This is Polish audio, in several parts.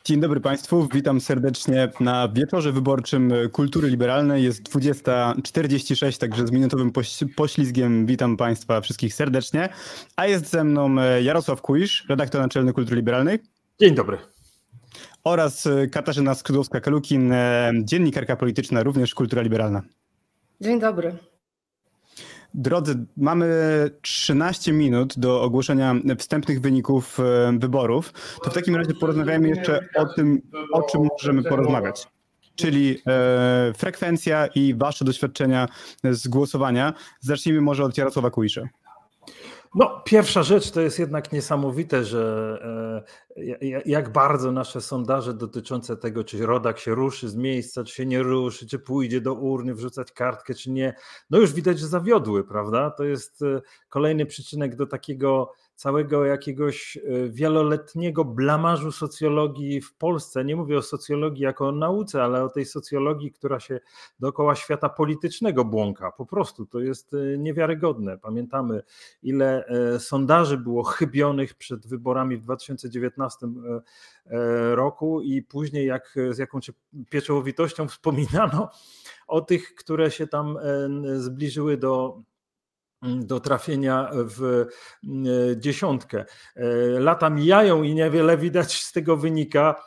Dzień dobry Państwu, witam serdecznie na wieczorze wyborczym Kultury Liberalnej. Jest 20:46, także z minutowym poślizgiem witam Państwa wszystkich serdecznie. A jest ze mną Jarosław Kuisz, redaktor naczelny Kultury Liberalnej. Dzień dobry. Oraz Katarzyna Skrzydłowska-Kalukin, dziennikarka polityczna, również Kultura Liberalna. Dzień dobry. Drodzy, mamy 13 minut do ogłoszenia wstępnych wyników wyborów. To w takim razie porozmawiajmy jeszcze o tym, o czym możemy porozmawiać. Czyli frekwencja i wasze doświadczenia z głosowania. Zacznijmy może od Jarosława Kuisza. No, pierwsza rzecz to jest jednak niesamowite, że jak bardzo nasze sondaże dotyczące tego, czy rodak się ruszy z miejsca, czy się nie ruszy, czy pójdzie do urny wrzucać kartkę, czy nie, no już widać, że zawiodły, prawda? To jest kolejny przyczynek do takiego całego jakiegoś wieloletniego blamażu socjologii w Polsce. Nie mówię o socjologii jako o nauce, ale o tej socjologii, która się dookoła świata politycznego błąka. Po prostu to jest niewiarygodne. Pamiętamy, ile sondaży było chybionych przed wyborami w 2019 roku i później z jaką pieczołowitością wspominano o tych, które się tam zbliżyły do trafienia w dziesiątkę. Lata mijają i niewiele widać z tego wynika,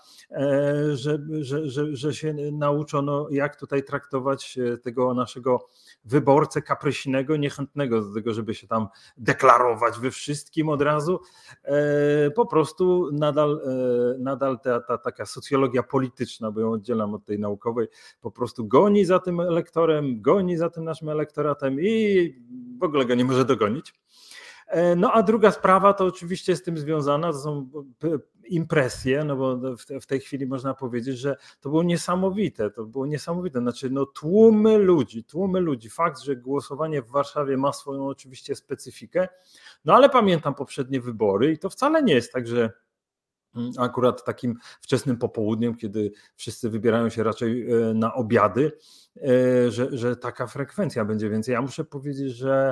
że się nauczono, jak tutaj traktować tego naszego wyborcę kapryśnego, niechętnego do tego, żeby się tam deklarować we wszystkim od razu. Po prostu nadal ta taka socjologia polityczna, bo ją oddzielam od tej naukowej, po prostu goni za tym elektorem, goni za tym naszym elektoratem i w ogóle go nie może dogonić. No a druga sprawa to oczywiście z tym związana, to są impresje, no bo w tej chwili można powiedzieć, że to było niesamowite, znaczy no tłumy ludzi, fakt, że głosowanie w Warszawie ma swoją oczywiście specyfikę, no ale pamiętam poprzednie wybory i to wcale nie jest tak, że akurat takim wczesnym popołudniem, kiedy wszyscy wybierają się raczej na obiady, że taka frekwencja będzie więcej. Ja muszę powiedzieć, że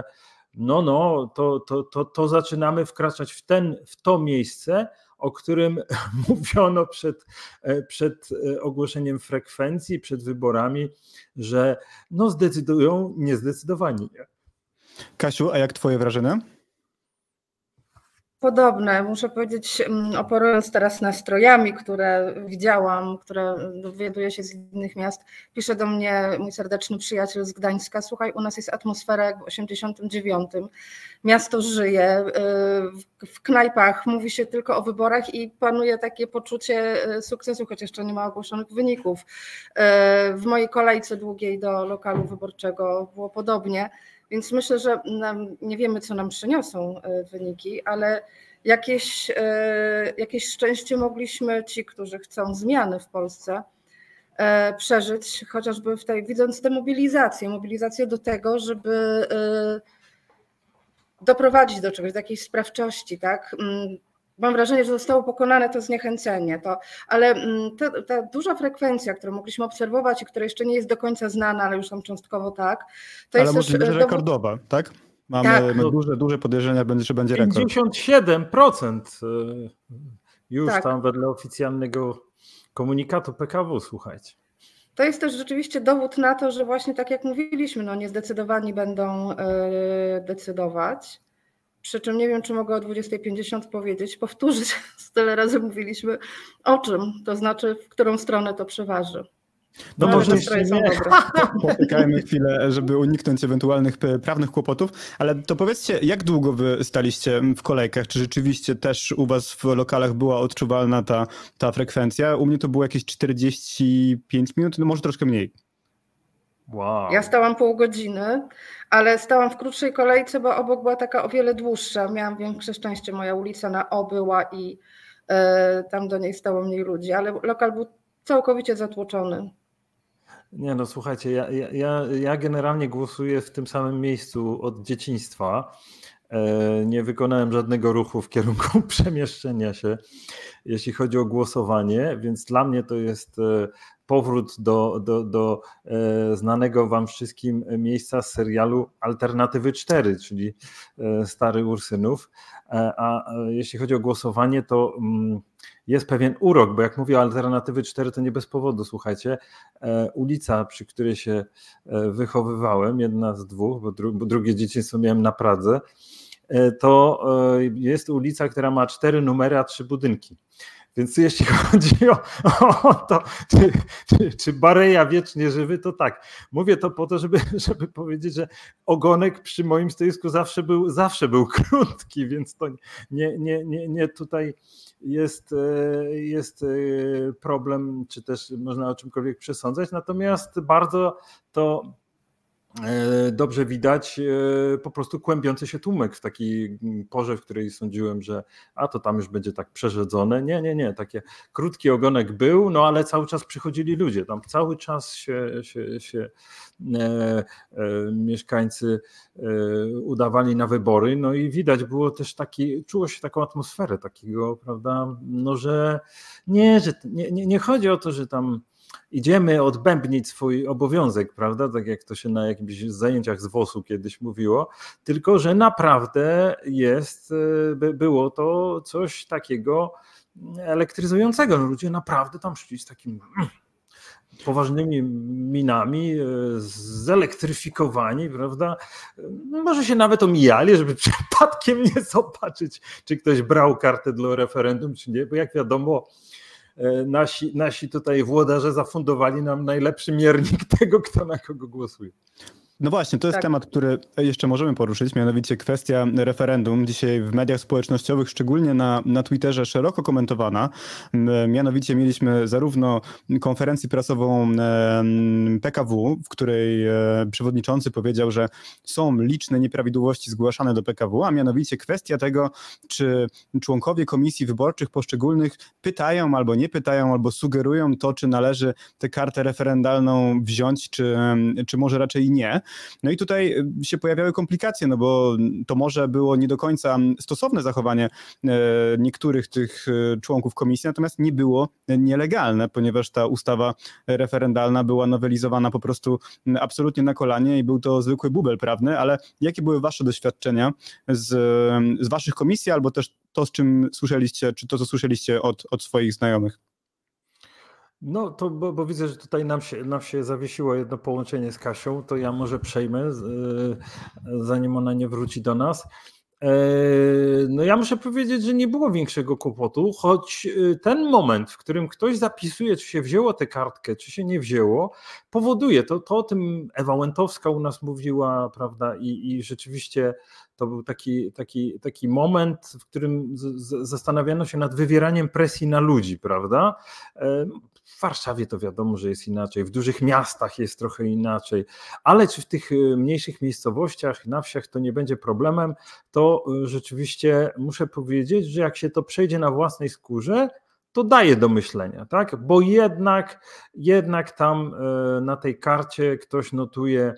to zaczynamy wkraczać w to miejsce, o którym mówiono przed ogłoszeniem frekwencji, przed wyborami, że no zdecydują niezdecydowani. Kasiu, a jak twoje wrażenia? Podobne, muszę powiedzieć, operując teraz nastrojami, które widziałam, które dowiaduję się z innych miast, pisze do mnie mój serdeczny przyjaciel z Gdańska: słuchaj, u nas jest atmosfera jak w 89, miasto żyje, w knajpach mówi się tylko o wyborach i panuje takie poczucie sukcesu, chociaż jeszcze nie ma ogłoszonych wyników. W mojej kolejce długiej do lokalu wyborczego było podobnie. Więc myślę, że nie wiemy, co nam przyniosą wyniki, ale jakieś szczęście mogliśmy ci, którzy chcą zmiany w Polsce, przeżyć, chociażby widząc tę mobilizację do tego, żeby doprowadzić do czegoś, do jakiejś sprawczości, tak? Mam wrażenie, że zostało pokonane to zniechęcenie, ale ta duża frekwencja, którą mogliśmy obserwować i która jeszcze nie jest do końca znana, ale już tam cząstkowo tak, to jest możliwe, też rekordowa, tak? Mamy duże podejrzenia, że będzie rekord. 57% już tak. Tam wedle oficjalnego komunikatu PKW, słuchajcie. To jest też rzeczywiście dowód na to, że właśnie tak jak mówiliśmy, niezdecydowani będą decydować. Przy czym nie wiem, czy mogę o 20:50 powtórzyć, tyle razy mówiliśmy o czym, to znaczy w którą stronę to przeważy. No może poczekajmy chwilę, żeby uniknąć ewentualnych prawnych kłopotów, ale to powiedzcie, jak długo wy staliście w kolejkach? Czy rzeczywiście też u was w lokalach była odczuwalna ta frekwencja? U mnie to było jakieś 45 minut, no może troszkę mniej. Wow. Ja stałam pół godziny, ale stałam w krótszej kolejce, bo obok była taka o wiele dłuższa. Miałam większe szczęście, moja ulica na O była i tam do niej stało mniej ludzi, ale lokal był całkowicie zatłoczony. Nie no, słuchajcie, ja generalnie głosuję w tym samym miejscu od dzieciństwa. Nie wykonałem żadnego ruchu w kierunku przemieszczenia się, jeśli chodzi o głosowanie, więc dla mnie to jest powrót do znanego wam wszystkim miejsca z serialu Alternatywy 4, czyli Stary Ursynów. A jeśli chodzi o głosowanie, to jest pewien urok, bo jak mówię o Alternatywy 4, to nie bez powodu, słuchajcie, ulica, przy której się wychowywałem, jedna z dwóch, bo drugie dzieciństwo miałem na Pradze, to jest ulica, która ma 4 numery, a 3 budynki. Więc jeśli chodzi o to, czy Bareja wiecznie żywy, to tak. Mówię to po to, żeby powiedzieć, że ogonek przy moim stoisku zawsze był krótki, więc to nie tutaj jest problem, czy też można o czymkolwiek przesądzać. Natomiast bardzo to dobrze widać po prostu kłębiący się tłumek w takiej porze, w której sądziłem, że to tam już będzie tak przerzedzone. Nie, takie krótki ogonek był, no ale cały czas przychodzili ludzie, tam cały czas się mieszkańcy udawali na wybory, no i widać było też czuło się taką atmosferę takiego, prawda, no że nie chodzi o to, że tam idziemy odbębnić swój obowiązek, prawda, tak jak to się na jakichś zajęciach z WOS-u kiedyś mówiło, tylko że naprawdę było to coś takiego elektryzującego. No, ludzie naprawdę tam szli z takimi poważnymi minami, zelektryfikowani, prawda? Może się nawet omijali, żeby przypadkiem nie zobaczyć, czy ktoś brał kartę dla referendum, czy nie, bo jak wiadomo, nasi tutaj włodarze zafundowali nam najlepszy miernik tego, kto na kogo głosuje. No właśnie, to jest temat, który jeszcze możemy poruszyć, mianowicie kwestia referendum. Dzisiaj w mediach społecznościowych, szczególnie na Twitterze, szeroko komentowana. Mianowicie mieliśmy zarówno konferencję prasową PKW, w której przewodniczący powiedział, że są liczne nieprawidłowości zgłaszane do PKW, a mianowicie kwestia tego, czy członkowie komisji wyborczych poszczególnych pytają albo nie pytają, albo sugerują to, czy należy tę kartę referendalną wziąć, czy może raczej nie. No i tutaj się pojawiały komplikacje, no bo to może było nie do końca stosowne zachowanie niektórych tych członków komisji, natomiast nie było nielegalne, ponieważ ta ustawa referendalna była nowelizowana po prostu absolutnie na kolanie i był to zwykły bubel prawny, ale jakie były wasze doświadczenia z waszych komisji, albo też to, z czym słyszeliście, czy to, co słyszeliście od swoich znajomych? No to, bo widzę, że tutaj nam się zawiesiło jedno połączenie z Kasią, to ja może przejmę, zanim ona nie wróci do nas. No ja muszę powiedzieć, że nie było większego kłopotu, choć ten moment, w którym ktoś zapisuje, czy się wzięło tę kartkę, czy się nie wzięło, powoduje, to o tym Ewa Łętowska u nas mówiła, prawda, i rzeczywiście to był taki moment, w którym zastanawiano się nad wywieraniem presji na ludzi, prawda. W Warszawie to wiadomo, że jest inaczej, w dużych miastach jest trochę inaczej, ale czy w tych mniejszych miejscowościach, na wsiach to nie będzie problemem, to rzeczywiście muszę powiedzieć, że jak się to przejdzie na własnej skórze, to daje do myślenia, tak? Bo jednak tam na tej karcie ktoś notuje,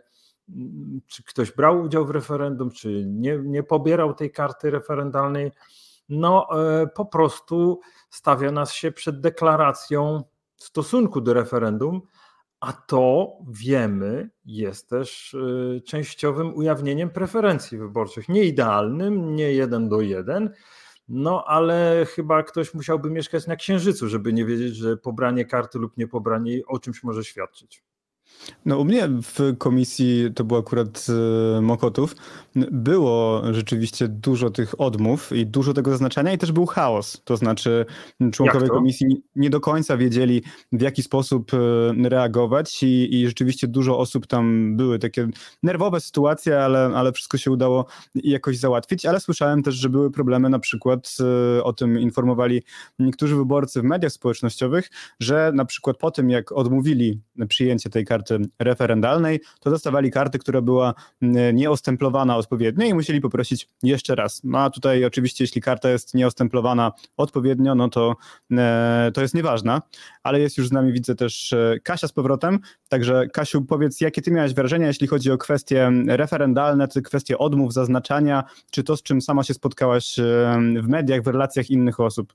czy ktoś brał udział w referendum, czy nie pobierał tej karty referendalnej, no po prostu stawia nas się przed deklaracją w stosunku do referendum, a to wiemy jest też częściowym ujawnieniem preferencji wyborczych. Nie idealnym, nie 1:1, no ale chyba ktoś musiałby mieszkać na Księżycu, żeby nie wiedzieć, że pobranie karty lub nie pobranie jej o czymś może świadczyć. No u mnie w komisji, to był akurat Mokotów, było rzeczywiście dużo tych odmów i dużo tego zaznaczania i też był chaos. To znaczy członkowie komisji nie do końca wiedzieli, w jaki sposób reagować i rzeczywiście dużo osób tam były takie nerwowe sytuacje, ale wszystko się udało jakoś załatwić, ale słyszałem też, że były problemy, na przykład o tym informowali niektórzy wyborcy w mediach społecznościowych, że na przykład po tym, jak odmówili przyjęcie tej karty referendalnej, to dostawali kartę, która była nieostemplowana odpowiednio i musieli poprosić jeszcze raz. No a tutaj oczywiście, jeśli karta jest nieostemplowana odpowiednio, no to jest nieważna, ale jest już z nami, widzę też Kasia z powrotem, także Kasiu, powiedz, jakie ty miałaś wrażenia, jeśli chodzi o kwestie referendalne, czy kwestie odmów, zaznaczania, czy to, z czym sama się spotkałaś w mediach, w relacjach innych osób?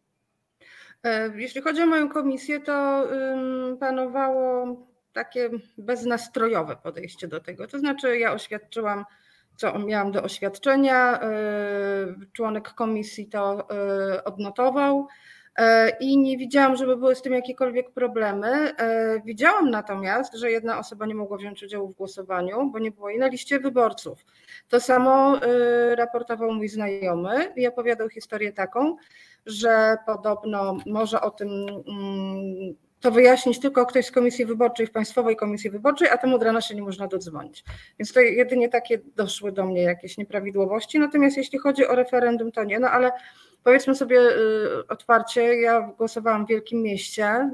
Jeśli chodzi o moją komisję, to panowało takie beznastrojowe podejście do tego. To znaczy ja oświadczyłam, co miałam do oświadczenia, członek komisji to odnotował, i nie widziałam, żeby były z tym jakiekolwiek problemy. Widziałam natomiast, że jedna osoba nie mogła wziąć udziału w głosowaniu, bo nie było jej na liście wyborców. To samo raportował mój znajomy i opowiadał historię taką, że podobno może o tym to wyjaśnić tylko ktoś z Komisji Wyborczej w Państwowej Komisji Wyborczej, a tam od rana się nie można dodzwonić. Więc to jedynie takie doszły do mnie jakieś nieprawidłowości. Natomiast jeśli chodzi o referendum, to nie. No ale powiedzmy sobie otwarcie, ja głosowałam w wielkim mieście,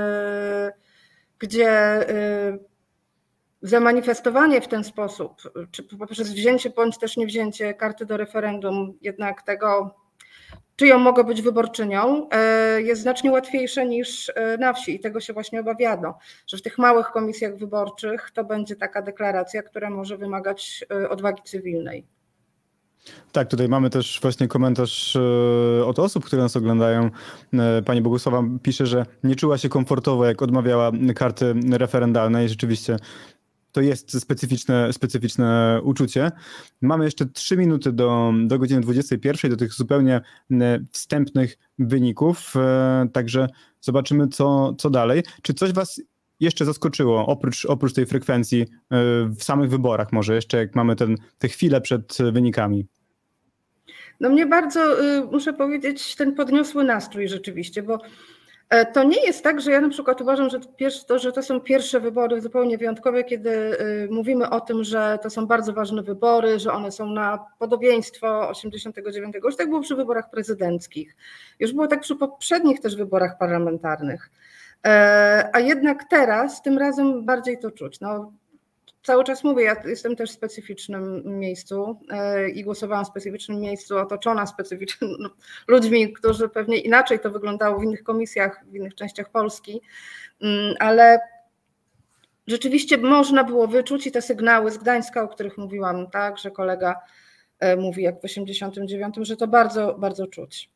gdzie zamanifestowanie w ten sposób, czy poprzez wzięcie bądź też niewzięcie karty do referendum, jednak tego, czyją mogę być wyborczynią, jest znacznie łatwiejsze niż na wsi i tego się właśnie obawiano, że w tych małych komisjach wyborczych to będzie taka deklaracja, która może wymagać odwagi cywilnej. Tak, tutaj mamy też właśnie komentarz od osób, które nas oglądają. Pani Bogusława pisze, że nie czuła się komfortowo, jak odmawiała karty referendalnej. Rzeczywiście to jest specyficzne uczucie. Mamy jeszcze 3 minuty do godziny 21, do tych zupełnie wstępnych wyników, także zobaczymy, co dalej. Czy coś was jeszcze zaskoczyło, oprócz tej frekwencji w samych wyborach, może jeszcze jak mamy te chwile przed wynikami? No mnie bardzo, muszę powiedzieć, ten podniosły nastrój rzeczywiście, bo to nie jest tak, że ja na przykład uważam, że to są pierwsze wybory zupełnie wyjątkowe, kiedy mówimy o tym, że to są bardzo ważne wybory, że one są na podobieństwo 89, już tak było przy wyborach prezydenckich, już było tak przy poprzednich też wyborach parlamentarnych, a jednak teraz, tym razem bardziej to czuć. No, cały czas mówię, ja jestem też w specyficznym miejscu i głosowałam w specyficznym miejscu, otoczona specyficznymi ludźmi, którzy pewnie inaczej to wyglądało w innych komisjach, w innych częściach Polski, ale rzeczywiście można było wyczuć i te sygnały z Gdańska, o których mówiłam, tak, że kolega mówi jak w 89, że to bardzo, bardzo czuć.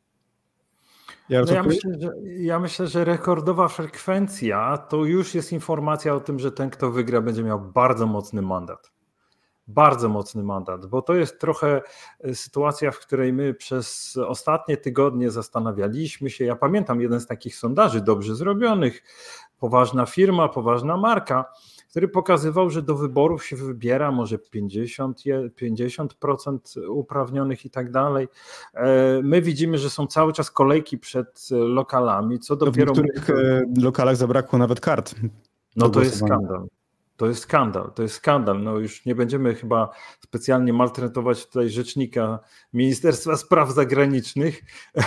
Ja myślę, że rekordowa frekwencja to już jest informacja o tym, że ten, kto wygra, będzie miał bardzo mocny mandat. Bardzo mocny mandat, bo to jest trochę sytuacja, w której my przez ostatnie tygodnie zastanawialiśmy się. Ja pamiętam jeden z takich sondaży dobrze zrobionych, poważna firma, poważna marka, który pokazywał, że do wyborów się wybiera może 50% uprawnionych i tak dalej. My widzimy, że są cały czas kolejki przed lokalami, co dopiero... W niektórych lokalach zabrakło nawet kart. No to jest skandal. To jest skandal. No już nie będziemy chyba specjalnie maltretować tutaj rzecznika Ministerstwa Spraw Zagranicznych,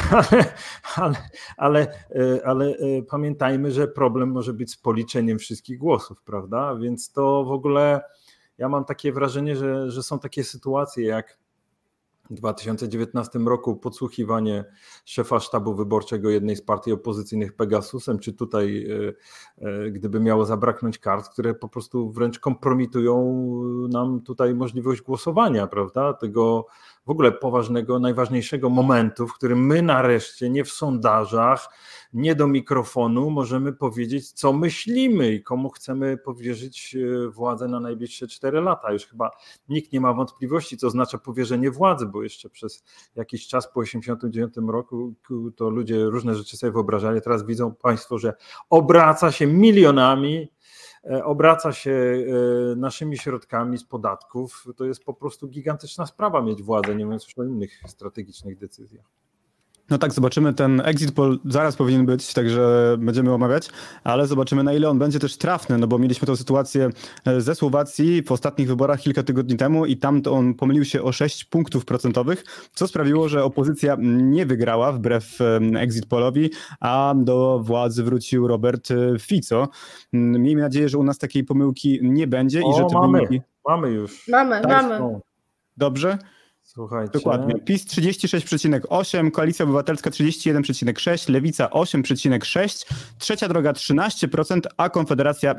ale pamiętajmy, że problem może być z policzeniem wszystkich głosów, prawda? Więc to w ogóle ja mam takie wrażenie, że są takie sytuacje jak w 2019 roku podsłuchiwanie szefa sztabu wyborczego jednej z partii opozycyjnych Pegasusem, czy tutaj gdyby miało zabraknąć kart, które po prostu wręcz kompromitują nam tutaj możliwość głosowania, prawda? Tego w ogóle poważnego, najważniejszego momentu, w którym my nareszcie nie w sondażach, nie do mikrofonu możemy powiedzieć, co myślimy i komu chcemy powierzyć władzę na najbliższe 4 lata. Już chyba nikt nie ma wątpliwości, co oznacza powierzenie władzy, bo jeszcze przez jakiś czas po 1989 roku to ludzie różne rzeczy sobie wyobrażali. Teraz widzą Państwo, że obraca się milionami, obraca się naszymi środkami z podatków. To jest po prostu gigantyczna sprawa mieć władzę, nie mówiąc już o innych strategicznych decyzjach. No tak, zobaczymy, ten exit poll zaraz powinien być, także będziemy omawiać, ale zobaczymy, na ile on będzie też trafny, no bo mieliśmy tę sytuację ze Słowacji w ostatnich wyborach kilka tygodni temu i tam to on pomylił się o 6 punktów procentowych, co sprawiło, że opozycja nie wygrała wbrew exit pollowi, a do władzy wrócił Robert Fico. Miejmy nadzieję, że u nas takiej pomyłki nie będzie i że te wyniki... Mamy już. Mamy. Dobrze? Słuchajcie. Dokładnie. PiS 36,8, Koalicja Obywatelska 31,6, Lewica 8,6, Trzecia Droga 13%, a Konfederacja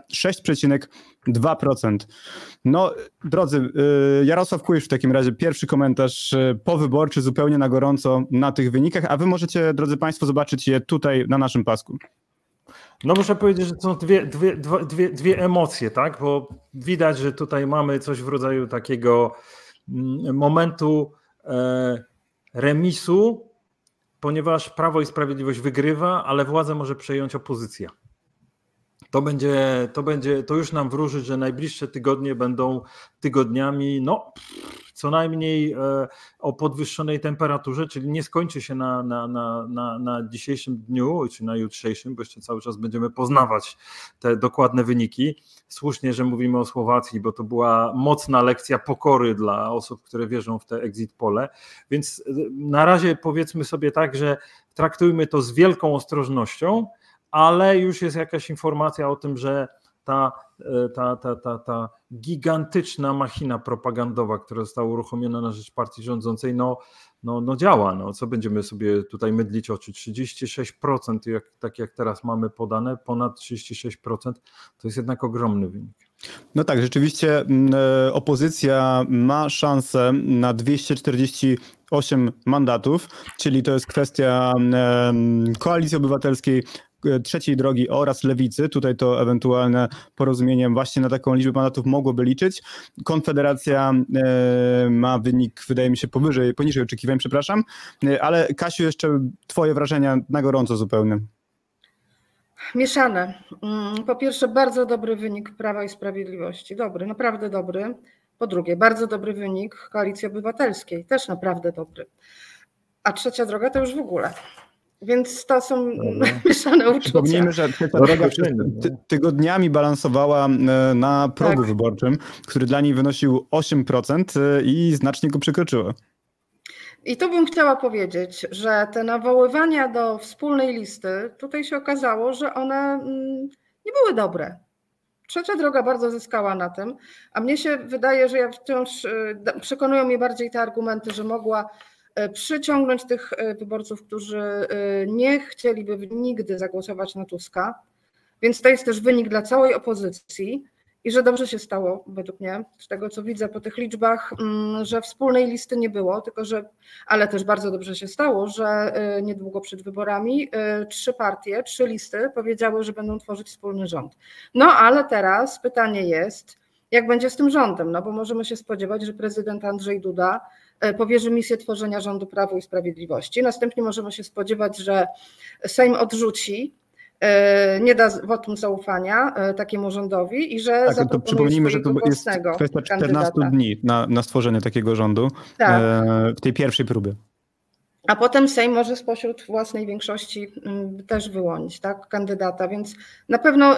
6,2%. No, drodzy, Jarosław Kuisz w takim razie pierwszy komentarz powyborczy, zupełnie na gorąco na tych wynikach, a wy możecie, drodzy Państwo, zobaczyć je tutaj na naszym pasku. No muszę powiedzieć, że to są dwie emocje, tak? Bo widać, że tutaj mamy coś w rodzaju takiego momentu remisu ponieważ Prawo i Sprawiedliwość wygrywa, ale władzę może przejąć opozycja. To już nam wróży, że najbliższe tygodnie będą tygodniami, co najmniej o podwyższonej temperaturze, czyli nie skończy się na dzisiejszym dniu, czy na jutrzejszym, bo jeszcze cały czas będziemy poznawać te dokładne wyniki. Słusznie, że mówimy o Słowacji, bo to była mocna lekcja pokory dla osób, które wierzą w te exit pole. Więc na razie powiedzmy sobie tak, że traktujmy to z wielką ostrożnością, ale już jest jakaś informacja o tym, że ta gigantyczna machina propagandowa, która została uruchomiona na rzecz partii rządzącej, działa. Co będziemy sobie tutaj mydlić oczy? 36%, tak jak teraz mamy podane, ponad 36%, to jest jednak ogromny wynik. No tak, rzeczywiście opozycja ma szansę na 248 mandatów, czyli to jest kwestia Koalicji Obywatelskiej, Trzeciej Drogi oraz Lewicy. Tutaj to ewentualne porozumienie właśnie na taką liczbę mandatów mogłoby liczyć. Konfederacja ma wynik, wydaje mi się, poniżej oczekiwań, przepraszam. Ale Kasiu, jeszcze twoje wrażenia na gorąco zupełnie. Mieszane. Po pierwsze, bardzo dobry wynik Prawa i Sprawiedliwości. Dobry, naprawdę dobry. Po drugie, bardzo dobry wynik Koalicji Obywatelskiej. Też naprawdę dobry. A Trzecia Droga to już w ogóle. Więc to są mieszane uczucia. Przypomnijmy, że Trzecia Droga tygodniami balansowała na progu wyborczym, który dla niej wynosił 8% i znacznie go przekroczyła. I tu bym chciała powiedzieć, że te nawoływania do wspólnej listy, tutaj się okazało, że one nie były dobre. Trzecia Droga bardzo zyskała na tym, a mnie się wydaje, że przekonują mnie bardziej te argumenty, że mogła przyciągnąć tych wyborców, którzy nie chcieliby nigdy zagłosować na Tuska, więc to jest też wynik dla całej opozycji i że dobrze się stało, według mnie, z tego co widzę po tych liczbach, że wspólnej listy nie było, ale też bardzo dobrze się stało, że niedługo przed wyborami 3 listy powiedziały, że będą tworzyć wspólny rząd. Ale teraz pytanie jest, jak będzie z tym rządem, bo możemy się spodziewać, że prezydent Andrzej Duda powierzy misję tworzenia rządu Prawu i Sprawiedliwości. Następnie możemy się spodziewać, że Sejm odrzuci, nie da wotum zaufania takiemu rządowi i że to przypomnijmy, że to jest kwestia 14 dni na stworzenie takiego rządu w tej pierwszej próbie. A potem Sejm może spośród własnej większości też wyłonić kandydata, więc na pewno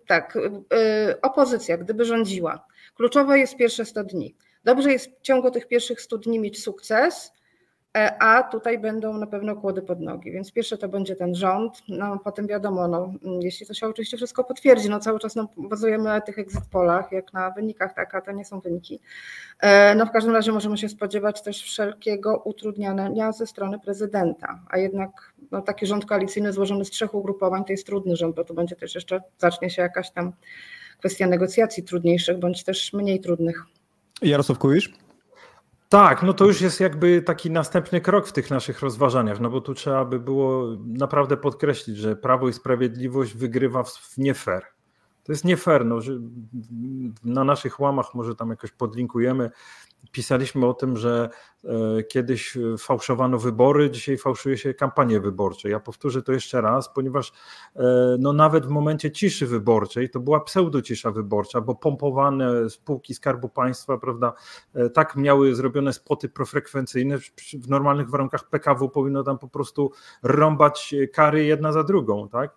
opozycja, gdyby rządziła, kluczowe jest pierwsze 100 dni. Dobrze jest w ciągu tych pierwszych 100 dni mieć sukces, a tutaj będą na pewno kłody pod nogi, więc pierwsze to będzie ten rząd, potem wiadomo, jeśli to się oczywiście wszystko potwierdzi, cały czas bazujemy na tych exit polach, jak na wynikach, a to nie są wyniki. W każdym razie możemy się spodziewać też wszelkiego utrudniania ze strony prezydenta, a jednak taki rząd koalicyjny złożony z 3 ugrupowań to jest trudny rząd, bo tu będzie też jeszcze, zacznie się jakaś tam kwestia negocjacji trudniejszych, bądź też mniej trudnych. Jarosław Kuisz? Tak, to już jest jakby taki następny krok w tych naszych rozważaniach, bo tu trzeba by było naprawdę podkreślić, że Prawo i Sprawiedliwość wygrywa w nie fair. To jest nie fair, że na naszych łamach może tam jakoś podlinkujemy. Pisaliśmy o tym, że kiedyś fałszowano wybory, dzisiaj fałszuje się kampanie wyborcze. Ja powtórzę to jeszcze raz, ponieważ nawet w momencie ciszy wyborczej to była pseudocisza wyborcza, bo pompowane spółki Skarbu Państwa, prawda, tak miały zrobione spoty profrekwencyjne, w normalnych warunkach PKW powinno tam po prostu rąbać kary jedna za drugą, tak?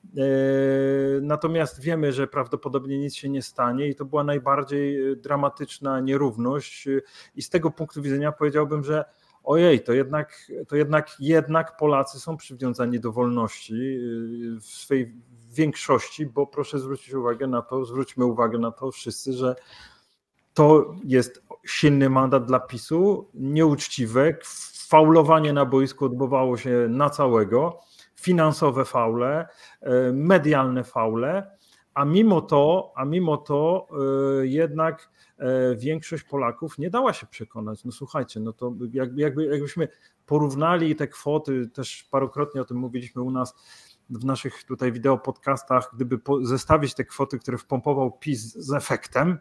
Natomiast wiemy, że prawdopodobnie nic się nie stanie i to była najbardziej dramatyczna nierówność i z tego punktu widzenia powiedziałbym, że ojej, to jednak Polacy są przywiązani do wolności w swej większości, bo proszę zwróćmy uwagę na to wszyscy, że to jest silny mandat dla PiS-u, nieuczciwe, faulowanie na boisku odbywało się na całego, finansowe faule, medialne faule, a mimo to jednak większość Polaków nie dała się przekonać. Słuchajcie, to jakbyśmy porównali te kwoty, też parokrotnie o tym mówiliśmy u nas w naszych tutaj wideopodcastach, gdyby zestawić te kwoty, które wpompował PiS z efektem,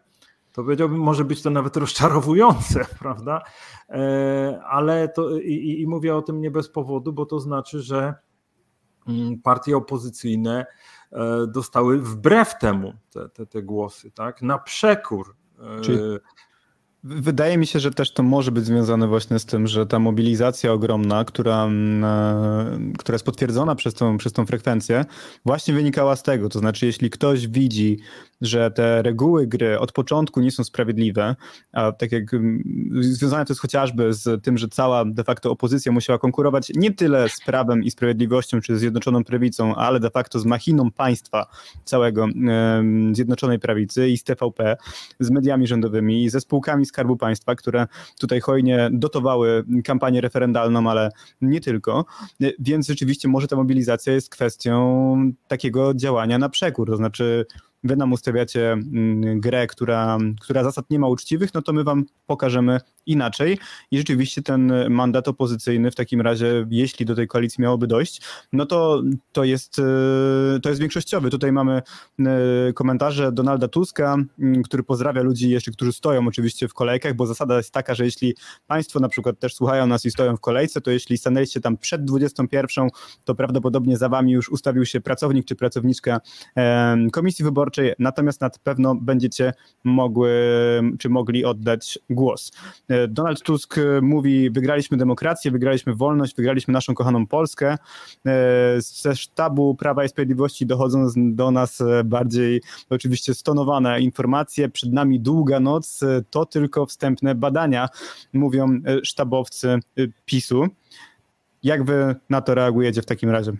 to powiedziałbym, może być to nawet rozczarowujące, prawda? Ale to i mówię o tym nie bez powodu, bo to znaczy, że partie opozycyjne dostały wbrew temu te głosy, tak? Na przekór. Czyli wydaje mi się, że też to może być związane właśnie z tym, że ta mobilizacja ogromna, która jest potwierdzona przez tą frekwencję, właśnie wynikała z tego. To znaczy, jeśli ktoś widzi, że te reguły gry od początku nie są sprawiedliwe, a tak jak związane to jest chociażby z tym, że cała de facto opozycja musiała konkurować nie tyle z Prawem i Sprawiedliwością czy Zjednoczoną Prawicą, ale de facto z machiną państwa całego Zjednoczonej Prawicy i z TVP, z mediami rządowymi i ze spółkami Skarbu Państwa, które tutaj hojnie dotowały kampanię referendalną, ale nie tylko. Więc rzeczywiście może ta mobilizacja jest kwestią takiego działania na przekór. To znaczy wy nam ustawiacie grę, która zasad nie ma uczciwych, no to my wam pokażemy inaczej i rzeczywiście ten mandat opozycyjny w takim razie, jeśli do tej koalicji miałoby dojść, no to jest większościowy. Tutaj mamy komentarze Donalda Tuska, który pozdrawia ludzi jeszcze, którzy stoją oczywiście w kolejkach, bo zasada jest taka, że jeśli państwo na przykład też słuchają nas i stoją w kolejce, to jeśli stanęliście tam przed 21, to prawdopodobnie za wami już ustawił się pracownik czy pracowniczka komisji wyborczej, natomiast na pewno będziecie mogli oddać głos. Donald Tusk mówi: wygraliśmy demokrację, wygraliśmy wolność, wygraliśmy naszą kochaną Polskę. Ze sztabu Prawa i Sprawiedliwości dochodzą do nas bardziej oczywiście stonowane informacje. Przed nami długa noc, to tylko wstępne badania, mówią sztabowcy PiS-u. Jak wy na to reagujecie w takim razie?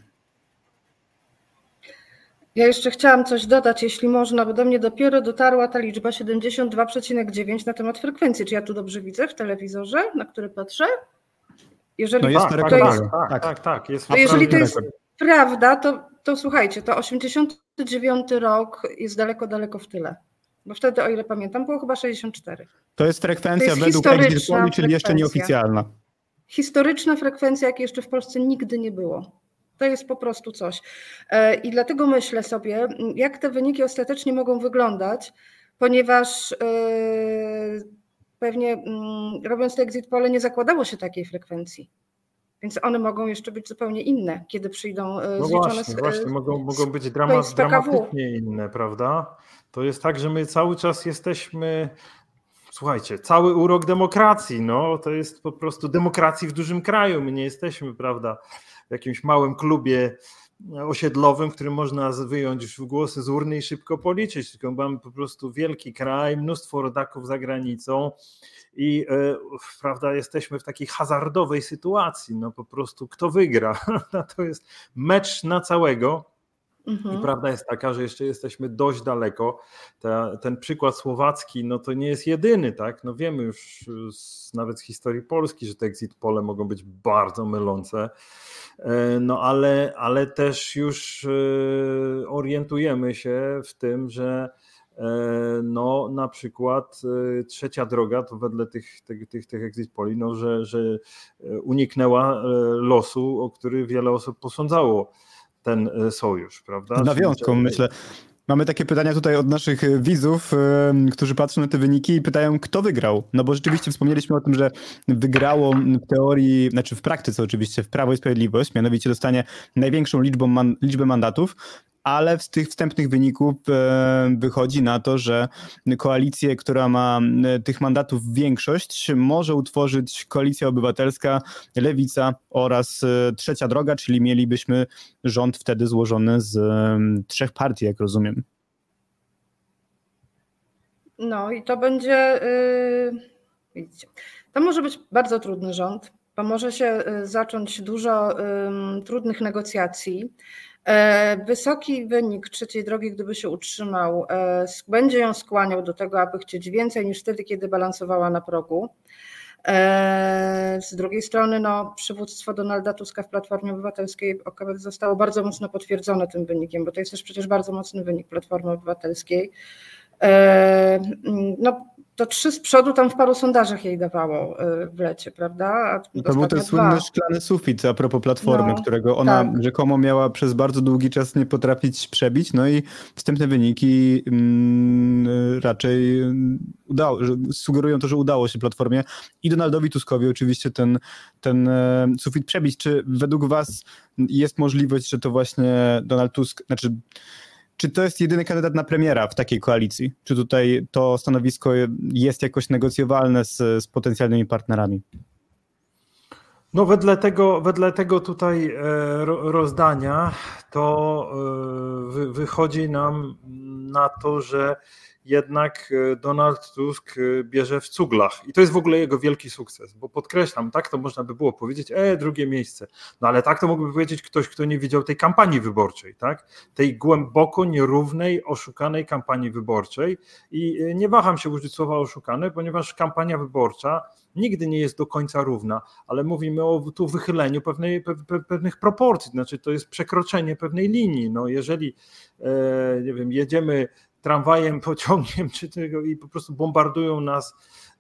Ja jeszcze chciałam coś dodać, jeśli można, bo do mnie dopiero dotarła ta liczba 72,9 na temat frekwencji. Czy ja tu dobrze widzę w telewizorze, na który patrzę? Jeżeli no jest to tak. Jest to jeżeli to jest prawda, to słuchajcie, to 89 rok jest daleko, daleko w tyle. Bo wtedy, o ile pamiętam, było chyba 64. To jest frekwencja według Exit Polli, czyli jeszcze nieoficjalna. Historyczna frekwencja, jak jeszcze w Polsce nigdy nie było. To jest po prostu coś. I dlatego myślę sobie, jak te wyniki ostatecznie mogą wyglądać, ponieważ pewnie robiąc te exit polle nie zakładało się takiej frekwencji. Więc one mogą jeszcze być zupełnie inne, kiedy przyjdą zliczone właśnie, mogą być dramatycznie inne, prawda? To jest tak, że my cały czas jesteśmy, słuchajcie, cały urok demokracji, no to jest po prostu demokracji w dużym kraju. My nie jesteśmy, prawda, w jakimś małym klubie osiedlowym, w którym można wyjąć głosy z urny i szybko policzyć, tylko mamy po prostu wielki kraj, mnóstwo rodaków za granicą i prawda, jesteśmy w takiej hazardowej sytuacji, no po prostu kto wygra, to jest mecz na całego. I prawda jest taka, że jeszcze jesteśmy dość daleko. Ten przykład słowacki, no to nie jest jedyny, tak? No wiemy już nawet z historii Polski, że te exit polle mogą być bardzo mylące. No ale też już orientujemy się w tym, że no na przykład trzecia droga to wedle tych exit poli, no, że uniknęła losu, o który wiele osób posądzało ten sojusz, prawda? Nawiązką, myślę. Mamy takie pytania tutaj od naszych widzów, którzy patrzą na te wyniki i pytają, kto wygrał. No bo rzeczywiście wspomnieliśmy o tym, że wygrało w teorii, znaczy w praktyce oczywiście, w Prawo i Sprawiedliwość, mianowicie dostanie największą liczbę mandatów, ale z tych wstępnych wyników wychodzi na to, że koalicję, która ma tych mandatów większość, może utworzyć Koalicja Obywatelska, Lewica oraz Trzecia Droga, czyli mielibyśmy rząd wtedy złożony z 3 partii, jak rozumiem. No i to będzie, widzicie, to może być bardzo trudny rząd, bo może się zacząć dużo trudnych negocjacji. Wysoki wynik Trzeciej Drogi, gdyby się utrzymał, będzie ją skłaniał do tego, aby chcieć więcej niż wtedy, kiedy balansowała na progu. Z drugiej strony no, przywództwo Donalda Tuska w Platformie Obywatelskiej zostało bardzo mocno potwierdzone tym wynikiem, bo to jest też przecież bardzo mocny wynik Platformy Obywatelskiej. No, to 3 z przodu tam w paru sondażach jej dawało w lecie, prawda? A To był ten ostatnio słynny 2. szklany sufit a propos Platformy, No, którego ona tak. rzekomo miała przez bardzo długi czas nie potrafić przebić, no i wstępne wyniki raczej sugerują to, że udało się Platformie i Donaldowi Tuskowi oczywiście ten sufit przebić. Czy według was jest możliwość, że to właśnie Donald Tusk, znaczy czy to jest jedyny kandydat na premiera w takiej koalicji? Czy tutaj to stanowisko jest jakoś negocjowalne z potencjalnymi partnerami? No wedle tego tutaj rozdania to wychodzi nam na to, że jednak Donald Tusk bierze w cuglach. I to jest w ogóle jego wielki sukces, bo podkreślam, tak to można by było powiedzieć, drugie miejsce. No ale tak to mógłby powiedzieć ktoś, kto nie widział tej kampanii wyborczej, tak? Tej głęboko nierównej, oszukanej kampanii wyborczej. I nie waham się użyć słowa oszukane, ponieważ kampania wyborcza nigdy nie jest do końca równa, ale mówimy o tu wychyleniu pewnych proporcji, znaczy to jest przekroczenie pewnej linii. No jeżeli, nie wiem, jedziemy tramwajem, pociągiem czy tego i po prostu bombardują nas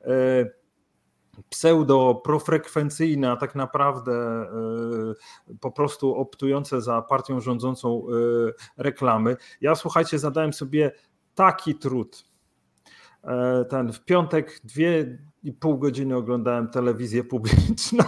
pseudo-profrekwencyjne, a tak naprawdę po prostu optujące za partią rządzącą reklamy. Ja, słuchajcie, zadałem sobie taki trud. W piątek 2,5 godziny oglądałem telewizję publiczną.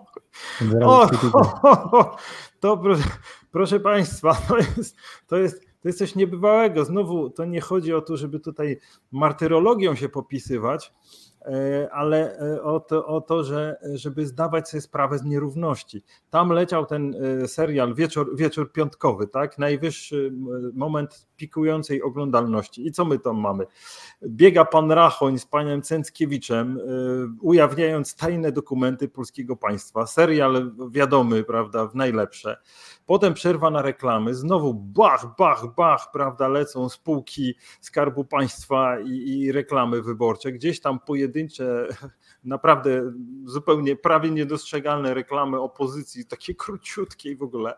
To proszę Państwa, to jest coś niebywałego. Znowu to nie chodzi o to, żeby tutaj martyrologią się popisywać, ale o to, żeby zdawać sobie sprawę z nierówności. Tam leciał ten serial Wieczór piątkowy, tak? Najwyższy moment pikującej oglądalności. I co my tam mamy? Biega pan Rachoń z panem Cęckiewiczem, ujawniając tajne dokumenty polskiego państwa. Serial wiadomy, prawda, w najlepsze. Potem przerwa na reklamy, znowu bach, prawda, lecą spółki Skarbu Państwa i reklamy wyborcze. Gdzieś tam pojedyncze, naprawdę zupełnie prawie niedostrzegalne reklamy opozycji, takie króciutkie w ogóle.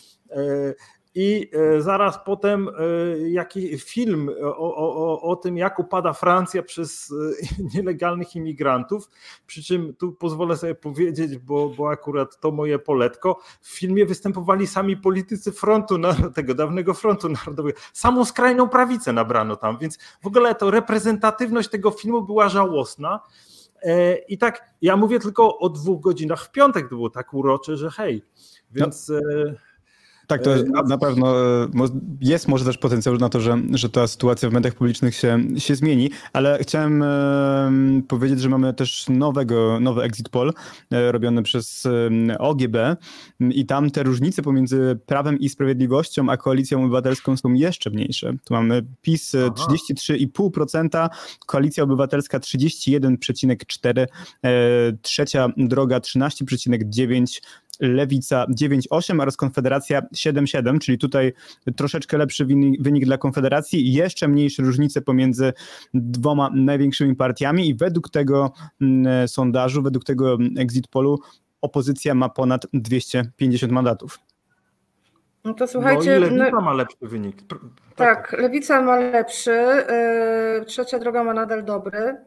I zaraz potem jakiś film o tym, jak upada Francja przez nielegalnych imigrantów, przy czym tu pozwolę sobie powiedzieć, bo akurat to moje poletko, w filmie występowali sami politycy tego dawnego Frontu Narodowego, samą skrajną prawicę nabrano tam, więc w ogóle to reprezentatywność tego filmu była żałosna. I tak, ja mówię tylko o 2 godzinach w piątek, to było tak urocze, że hej, więc... Tak, to na pewno jest może też potencjał na to, że ta sytuacja w mediach publicznych się zmieni, ale chciałem powiedzieć, że mamy też nowy exit poll robiony przez OGB i tam te różnice pomiędzy Prawem i Sprawiedliwością a Koalicją Obywatelską są jeszcze mniejsze. Tu mamy PiS 33,5%, Koalicja Obywatelska 31,4%, Trzecia Droga 13,9%, Lewica 9,8 oraz Konfederacja 7,7, czyli tutaj troszeczkę lepszy wynik dla Konfederacji, jeszcze mniejsze różnice pomiędzy 2 największymi partiami i według tego sondażu, według tego exit pollu opozycja ma ponad 250 mandatów. No to słuchajcie... No i Lewica ma lepszy wynik. Tak, Lewica ma lepszy, Trzecia Droga ma nadal dobry.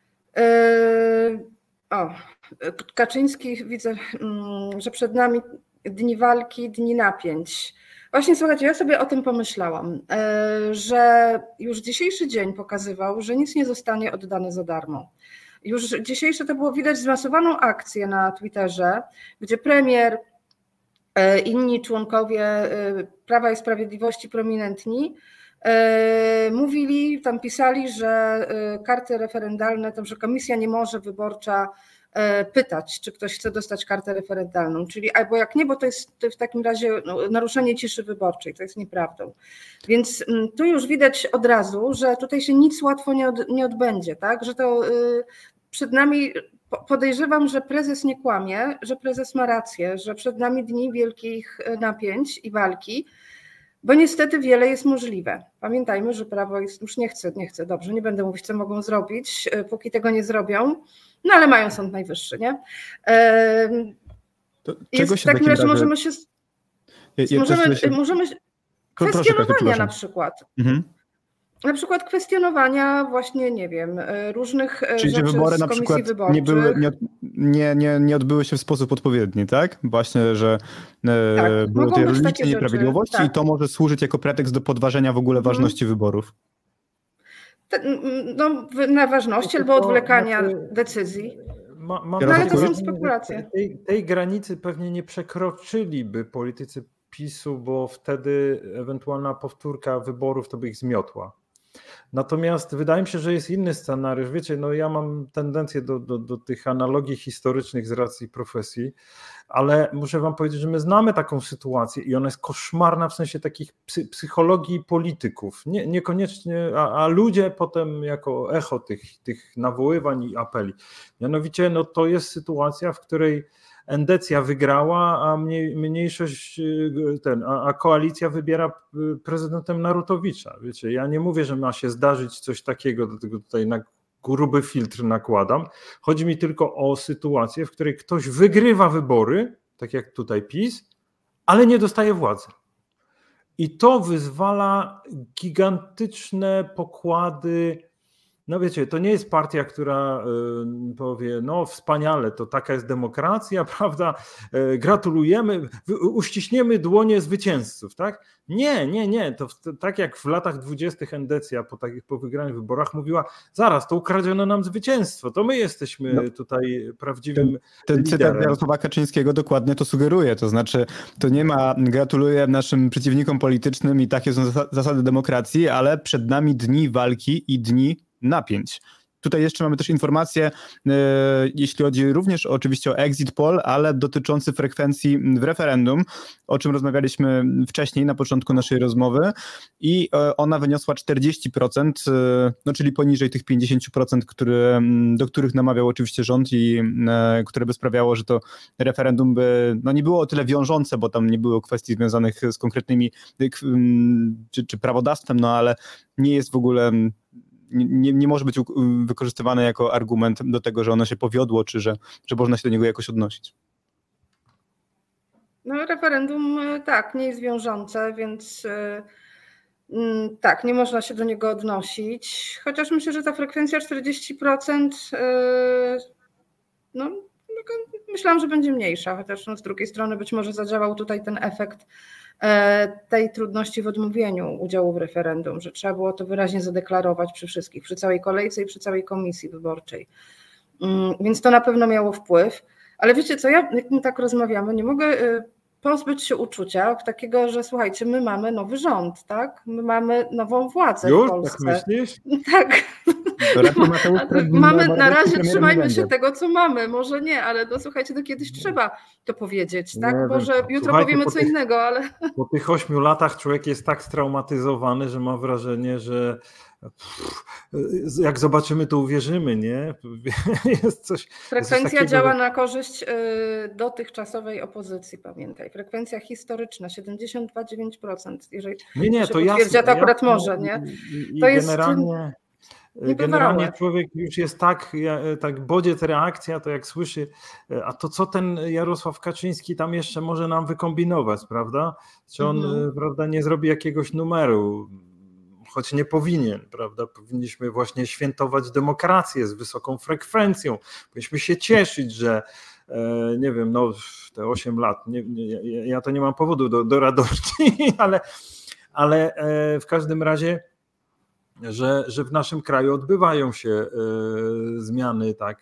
Kaczyński, widzę, że przed nami dni walki, dni napięć. Właśnie słuchajcie, ja sobie o tym pomyślałam, że już dzisiejszy dzień pokazywał, że nic nie zostanie oddane za darmo. Już dzisiejsze to było widać zmasowaną akcję na Twitterze, gdzie premier, inni członkowie Prawa i Sprawiedliwości prominentni mówili, tam pisali, że karty referendalne, to, że komisja nie może wyborcza pytać, czy ktoś chce dostać kartę referendalną, czyli albo jak nie, bo to jest w takim razie naruszenie ciszy wyborczej, to jest nieprawdą. Więc tu już widać od razu, że tutaj się nic łatwo nie odbędzie, tak? Że to przed nami, podejrzewam, że prezes nie kłamie, że prezes ma rację, że przed nami dni wielkich napięć i walki, bo niestety wiele jest możliwe. Pamiętajmy, że prawo jest, już nie chcę, dobrze, nie będę mówić, co mogą zrobić, póki tego nie zrobią, no ale mają Sąd Najwyższy, nie? Jest w takim razie możemy się... Możemy kwestionowania na przykład. Na przykład kwestionowania właśnie, nie wiem, różnych Czyli że rzeczy wybory z na komisji przykład wyborczych. nie odbyły się w sposób odpowiedni, tak? Właśnie, że Tak, były mogą tutaj być rozliczne takie rzeczy, nieprawidłowości i tak. to może służyć jako pretekst do podważenia w ogóle ważności wyborów. No, na ważności albo odwlekania decyzji. No ale to są spekulacje. Tej granicy pewnie nie przekroczyliby politycy PiS-u, bo wtedy ewentualna powtórka wyborów to by ich zmiotła. Natomiast wydaje mi się, że jest inny scenariusz. Wiecie, no ja mam tendencję do tych analogii historycznych z racji profesji, ale muszę wam powiedzieć, że my znamy taką sytuację i ona jest koszmarna w sensie takich psychologii polityków. Niekoniecznie, a ludzie potem jako echo tych nawoływań i apeli. Mianowicie no to jest sytuacja, w której endecja wygrała, a mniejszość, a koalicja wybiera prezydentem Narutowicza. Wiecie, ja nie mówię, że ma się zdarzyć coś takiego, dlatego tutaj na gruby filtr nakładam. Chodzi mi tylko o sytuację, w której ktoś wygrywa wybory, tak jak tutaj PiS, ale nie dostaje władzy. I to wyzwala gigantyczne pokłady. No wiecie, to nie jest partia, która powie, no wspaniale, to taka jest demokracja, prawda, gratulujemy, uściśniemy dłonie zwycięzców, tak? Nie, to tak jak w latach 20. endecja po wygranych wyborach mówiła, zaraz, to ukradziono nam zwycięstwo, to my jesteśmy tutaj prawdziwym Ten cytat liderem. Jarosława Kaczyńskiego dokładnie to sugeruje, to znaczy to nie ma gratuluję naszym przeciwnikom politycznym i takie są zasady demokracji, ale przed nami dni walki i dni napięć. Tutaj jeszcze mamy też informacje, jeśli chodzi również oczywiście o exit poll, ale dotyczący frekwencji w referendum, o czym rozmawialiśmy wcześniej na początku naszej rozmowy i ona wyniosła 40%, no czyli poniżej tych 50%, do których namawiał oczywiście rząd i które by sprawiało, że to referendum by no nie było o tyle wiążące, bo tam nie było kwestii związanych z konkretnymi czy prawodawstwem, no ale nie jest w ogóle nie może być wykorzystywane jako argument do tego, że ono się powiodło, czy że można się do niego jakoś odnosić. No referendum tak, nie jest wiążące, więc tak, nie można się do niego odnosić, chociaż myślę, że ta frekwencja 40% no myślałam, że będzie mniejsza, chociaż no, z drugiej strony być może zadziałał tutaj ten efekt tej trudności w odmówieniu udziału w referendum, że trzeba było to wyraźnie zadeklarować przy wszystkich, przy całej kolejce i przy całej komisji wyborczej. Więc to na pewno miało wpływ. Ale wiecie co, jak my tak rozmawiamy, nie mogę pozbyć się uczucia takiego, że słuchajcie, my mamy nowy rząd, tak? My mamy nową władzę w Polsce. Tak myślisz? Tak. Mamy na razie, trzymajmy się tego, co mamy. Może nie, ale no słuchajcie, to kiedyś trzeba to powiedzieć, tak? Może jutro powiemy co innego, ale... Po tych 8 latach człowiek jest tak straumatyzowany, że ma wrażenie, że jak zobaczymy, to uwierzymy, nie? Jest coś. Frekwencja działa na korzyść dotychczasowej opozycji, pamiętaj. Frekwencja historyczna 72,9%. Jeżeli nie, to jasne. To akurat może, nie? To jest generalnie człowiek już jest tak bodziec reakcja, to jak słyszy, a to co ten Jarosław Kaczyński tam jeszcze może nam wykombinować, prawda? Czy on prawda, nie zrobi jakiegoś numeru, choć nie powinien, prawda? Powinniśmy właśnie świętować demokrację z wysoką frekwencją. Powinniśmy się cieszyć, że nie wiem, no te 8 lat, ja to nie mam powodu do radości, ale w każdym razie że w naszym kraju odbywają się zmiany, tak,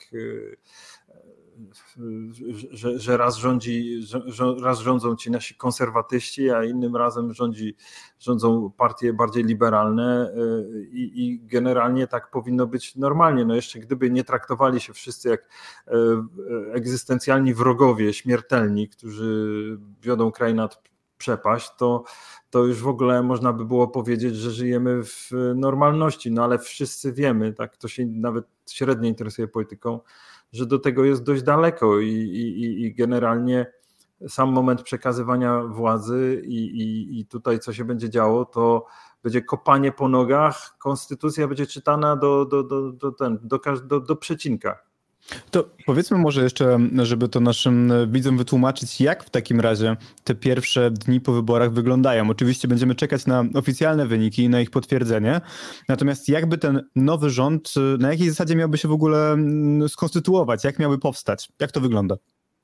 że raz rządzą ci nasi konserwatyści, a innym razem rządzą partie bardziej liberalne i generalnie tak powinno być normalnie. No jeszcze gdyby nie traktowali się wszyscy jak egzystencjalni wrogowie, śmiertelni, którzy wiodą kraj nad przepaść, to już w ogóle można by było powiedzieć, że żyjemy w normalności, no ale wszyscy wiemy, tak, kto się nawet średnio interesuje polityką, że do tego jest dość daleko i generalnie sam moment przekazywania władzy i tutaj co się będzie działo, to będzie kopanie po nogach, konstytucja będzie czytana do przecinka. To powiedzmy może jeszcze, żeby to naszym widzom wytłumaczyć, jak w takim razie te pierwsze dni po wyborach wyglądają. Oczywiście będziemy czekać na oficjalne wyniki i na ich potwierdzenie. Natomiast jakby ten nowy rząd, na jakiej zasadzie miałby się w ogóle skonstytuować? Jak miałby powstać? Jak to wygląda?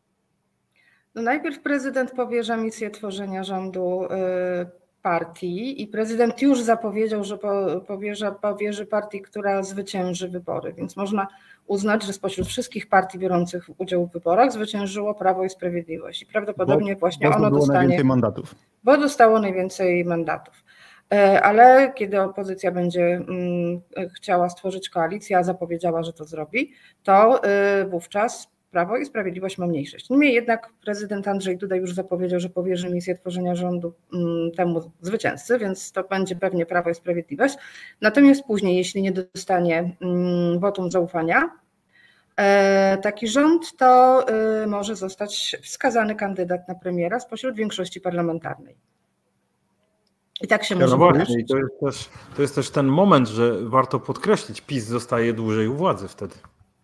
No najpierw prezydent powierza misję tworzenia rządu partii i prezydent już zapowiedział, że powierzy partii, która zwycięży wybory, więc można uznać, że spośród wszystkich partii biorących udział w wyborach zwyciężyło Prawo i Sprawiedliwość i prawdopodobnie właśnie ono dostanie najwięcej mandatów. Bo dostało najwięcej mandatów. Ale kiedy opozycja będzie chciała stworzyć koalicję, a zapowiedziała, że to zrobi, to wówczas Prawo i Sprawiedliwość ma mniejszość. Niemniej jednak prezydent Andrzej Duda już zapowiedział, że powierzy misję tworzenia rządu temu zwycięzcy, więc to będzie pewnie Prawo i Sprawiedliwość. Natomiast później, jeśli nie dostanie wotum zaufania taki rząd, to może zostać wskazany kandydat na premiera spośród większości parlamentarnej. I tak się może właśnie, to jest też ten moment, że warto podkreślić, PiS zostaje dłużej u władzy wtedy.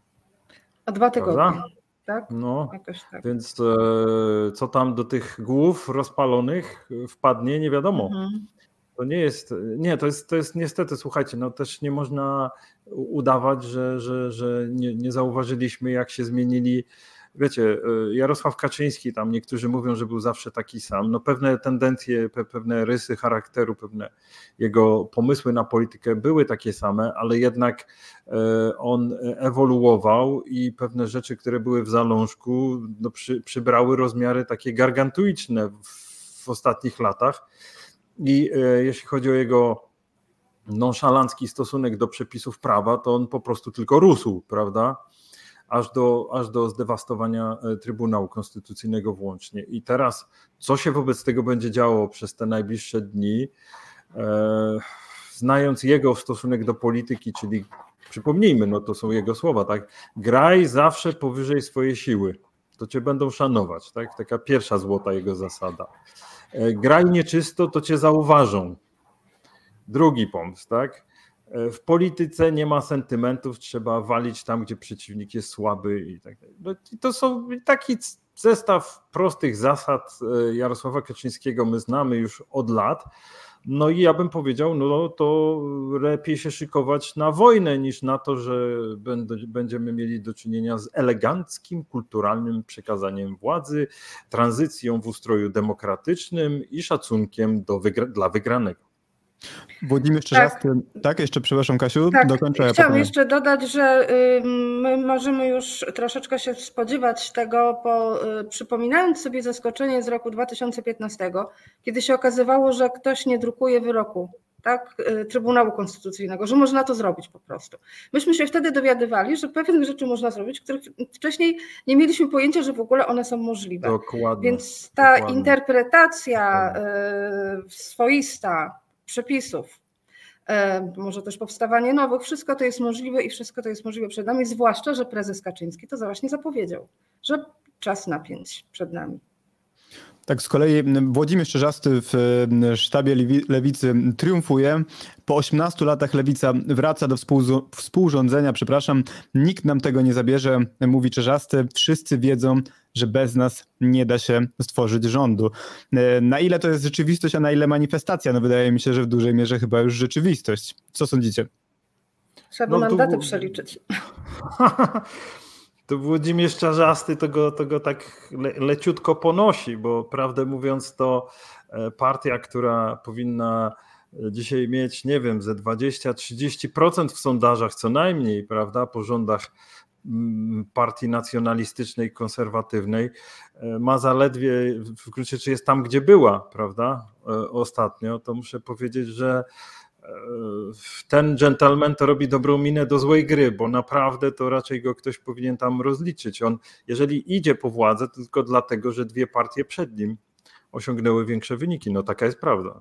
O 2 tygodnie. Prawda? Tak? No, tak. Więc co tam do tych głów rozpalonych wpadnie, nie wiadomo. To nie jest, to jest niestety, słuchajcie, no też nie można udawać, że nie zauważyliśmy, jak się zmienili. Wiecie, Jarosław Kaczyński, tam niektórzy mówią, że był zawsze taki sam. No pewne tendencje, pewne rysy charakteru, pewne jego pomysły na politykę były takie same, ale jednak on ewoluował i pewne rzeczy, które były w zalążku, no przybrały rozmiary takie gargantuiczne w ostatnich latach. I jeśli chodzi o jego nonszalancki stosunek do przepisów prawa, to on po prostu tylko rósł, prawda? Aż do zdewastowania Trybunału Konstytucyjnego włącznie. I teraz, co się wobec tego będzie działo przez te najbliższe dni, znając jego stosunek do polityki, czyli przypomnijmy, no to są jego słowa, tak? Graj zawsze powyżej swojej siły, to cię będą szanować, tak? Taka pierwsza złota jego zasada. Graj nieczysto, to cię zauważą. Drugi pomysł, tak? W polityce nie ma sentymentów, trzeba walić tam, gdzie przeciwnik jest słaby i tak dalej. No, to są taki zestaw prostych zasad Jarosława Kaczyńskiego, my znamy już od lat. No i ja bym powiedział, no to lepiej się szykować na wojnę niż na to, że będziemy mieli do czynienia z eleganckim, kulturalnym przekazaniem władzy, tranzycją w ustroju demokratycznym i szacunkiem dla wygranego. Włodzimierz Czarzasty, tak? Jeszcze przepraszam, Kasiu, tak, dokończę. Chciałam jeszcze dodać, że my możemy już troszeczkę się spodziewać tego, przypominając sobie zaskoczenie z roku 2015, kiedy się okazywało, że ktoś nie drukuje wyroku, tak, Trybunału Konstytucyjnego, że można to zrobić po prostu. Myśmy się wtedy dowiadywali, że pewnych rzeczy można zrobić, których wcześniej nie mieliśmy pojęcia, że w ogóle one są możliwe. Dokładnie. Więc ta interpretacja swoista przepisów, może też powstawanie nowych, wszystko to jest możliwe i wszystko to jest możliwe przed nami, zwłaszcza, że prezes Kaczyński to właśnie zapowiedział, że czas napięć przed nami. Tak, z kolei Włodzimierz Czarzasty w sztabie Lewicy triumfuje. Po 18 latach Lewica wraca do współrządzenia, nikt nam tego nie zabierze, mówi Czarzasty. Wszyscy wiedzą, że bez nas nie da się stworzyć rządu. Na ile to jest rzeczywistość, a na ile manifestacja? No wydaje mi się, że w dużej mierze chyba już rzeczywistość. Co sądzicie? Trzeba mandaty przeliczyć. To Włodzimierz Czarzasty to go tak leciutko ponosi, bo prawdę mówiąc to partia, która powinna dzisiaj mieć, nie wiem, ze 20-30% w sondażach co najmniej, prawda, po rządach partii nacjonalistycznej, konserwatywnej, ma zaledwie, w gruncie rzeczy jest tam, gdzie była, prawda, ostatnio, to muszę powiedzieć, że ten gentleman to robi dobrą minę do złej gry, bo naprawdę to raczej go ktoś powinien tam rozliczyć. On, jeżeli idzie po władzę, to tylko dlatego, że dwie partie przed nim osiągnęły większe wyniki. No taka jest prawda.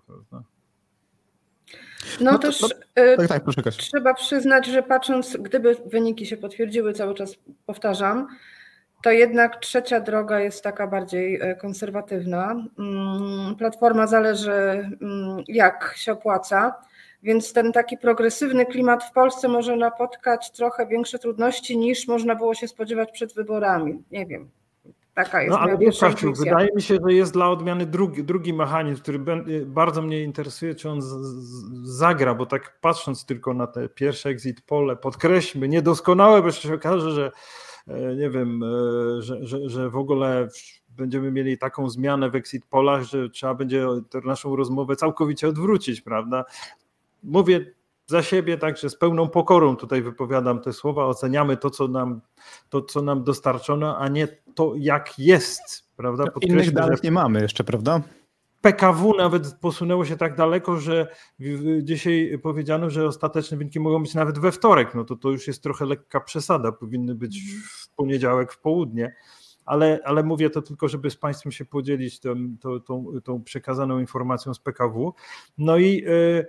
No też tak, proszę, Kasia. Trzeba przyznać, że patrząc, gdyby wyniki się potwierdziły, cały czas powtarzam, to jednak trzecia droga jest taka bardziej konserwatywna. Platforma zależy, jak się opłaca. Więc ten taki progresywny klimat w Polsce może napotkać trochę większe trudności niż można było się spodziewać przed wyborami. Nie wiem. Taka jest moja ale pierwsza Kasiu, intuicja. wydaje mi się, że jest dla odmiany drugi mechanizm, który bardzo mnie interesuje, czy on zagra, bo tak patrząc tylko na te pierwsze exit pole, podkreślmy, niedoskonałe, bo się okaże, że nie wiem, że w ogóle będziemy mieli taką zmianę w exit polach, że trzeba będzie tę naszą rozmowę całkowicie odwrócić, prawda? Mówię za siebie, także z pełną pokorą tutaj wypowiadam te słowa, oceniamy to, co nam dostarczono, a nie to, jak jest, prawda? Innych danych nie mamy jeszcze, prawda? PKW nawet posunęło się tak daleko, że dzisiaj powiedziano, że ostateczne wyniki mogą być nawet we wtorek. No to już jest trochę lekka przesada, powinny być w poniedziałek w południe. Ale mówię to tylko, żeby z Państwem się podzielić tą przekazaną informacją z PKW. No i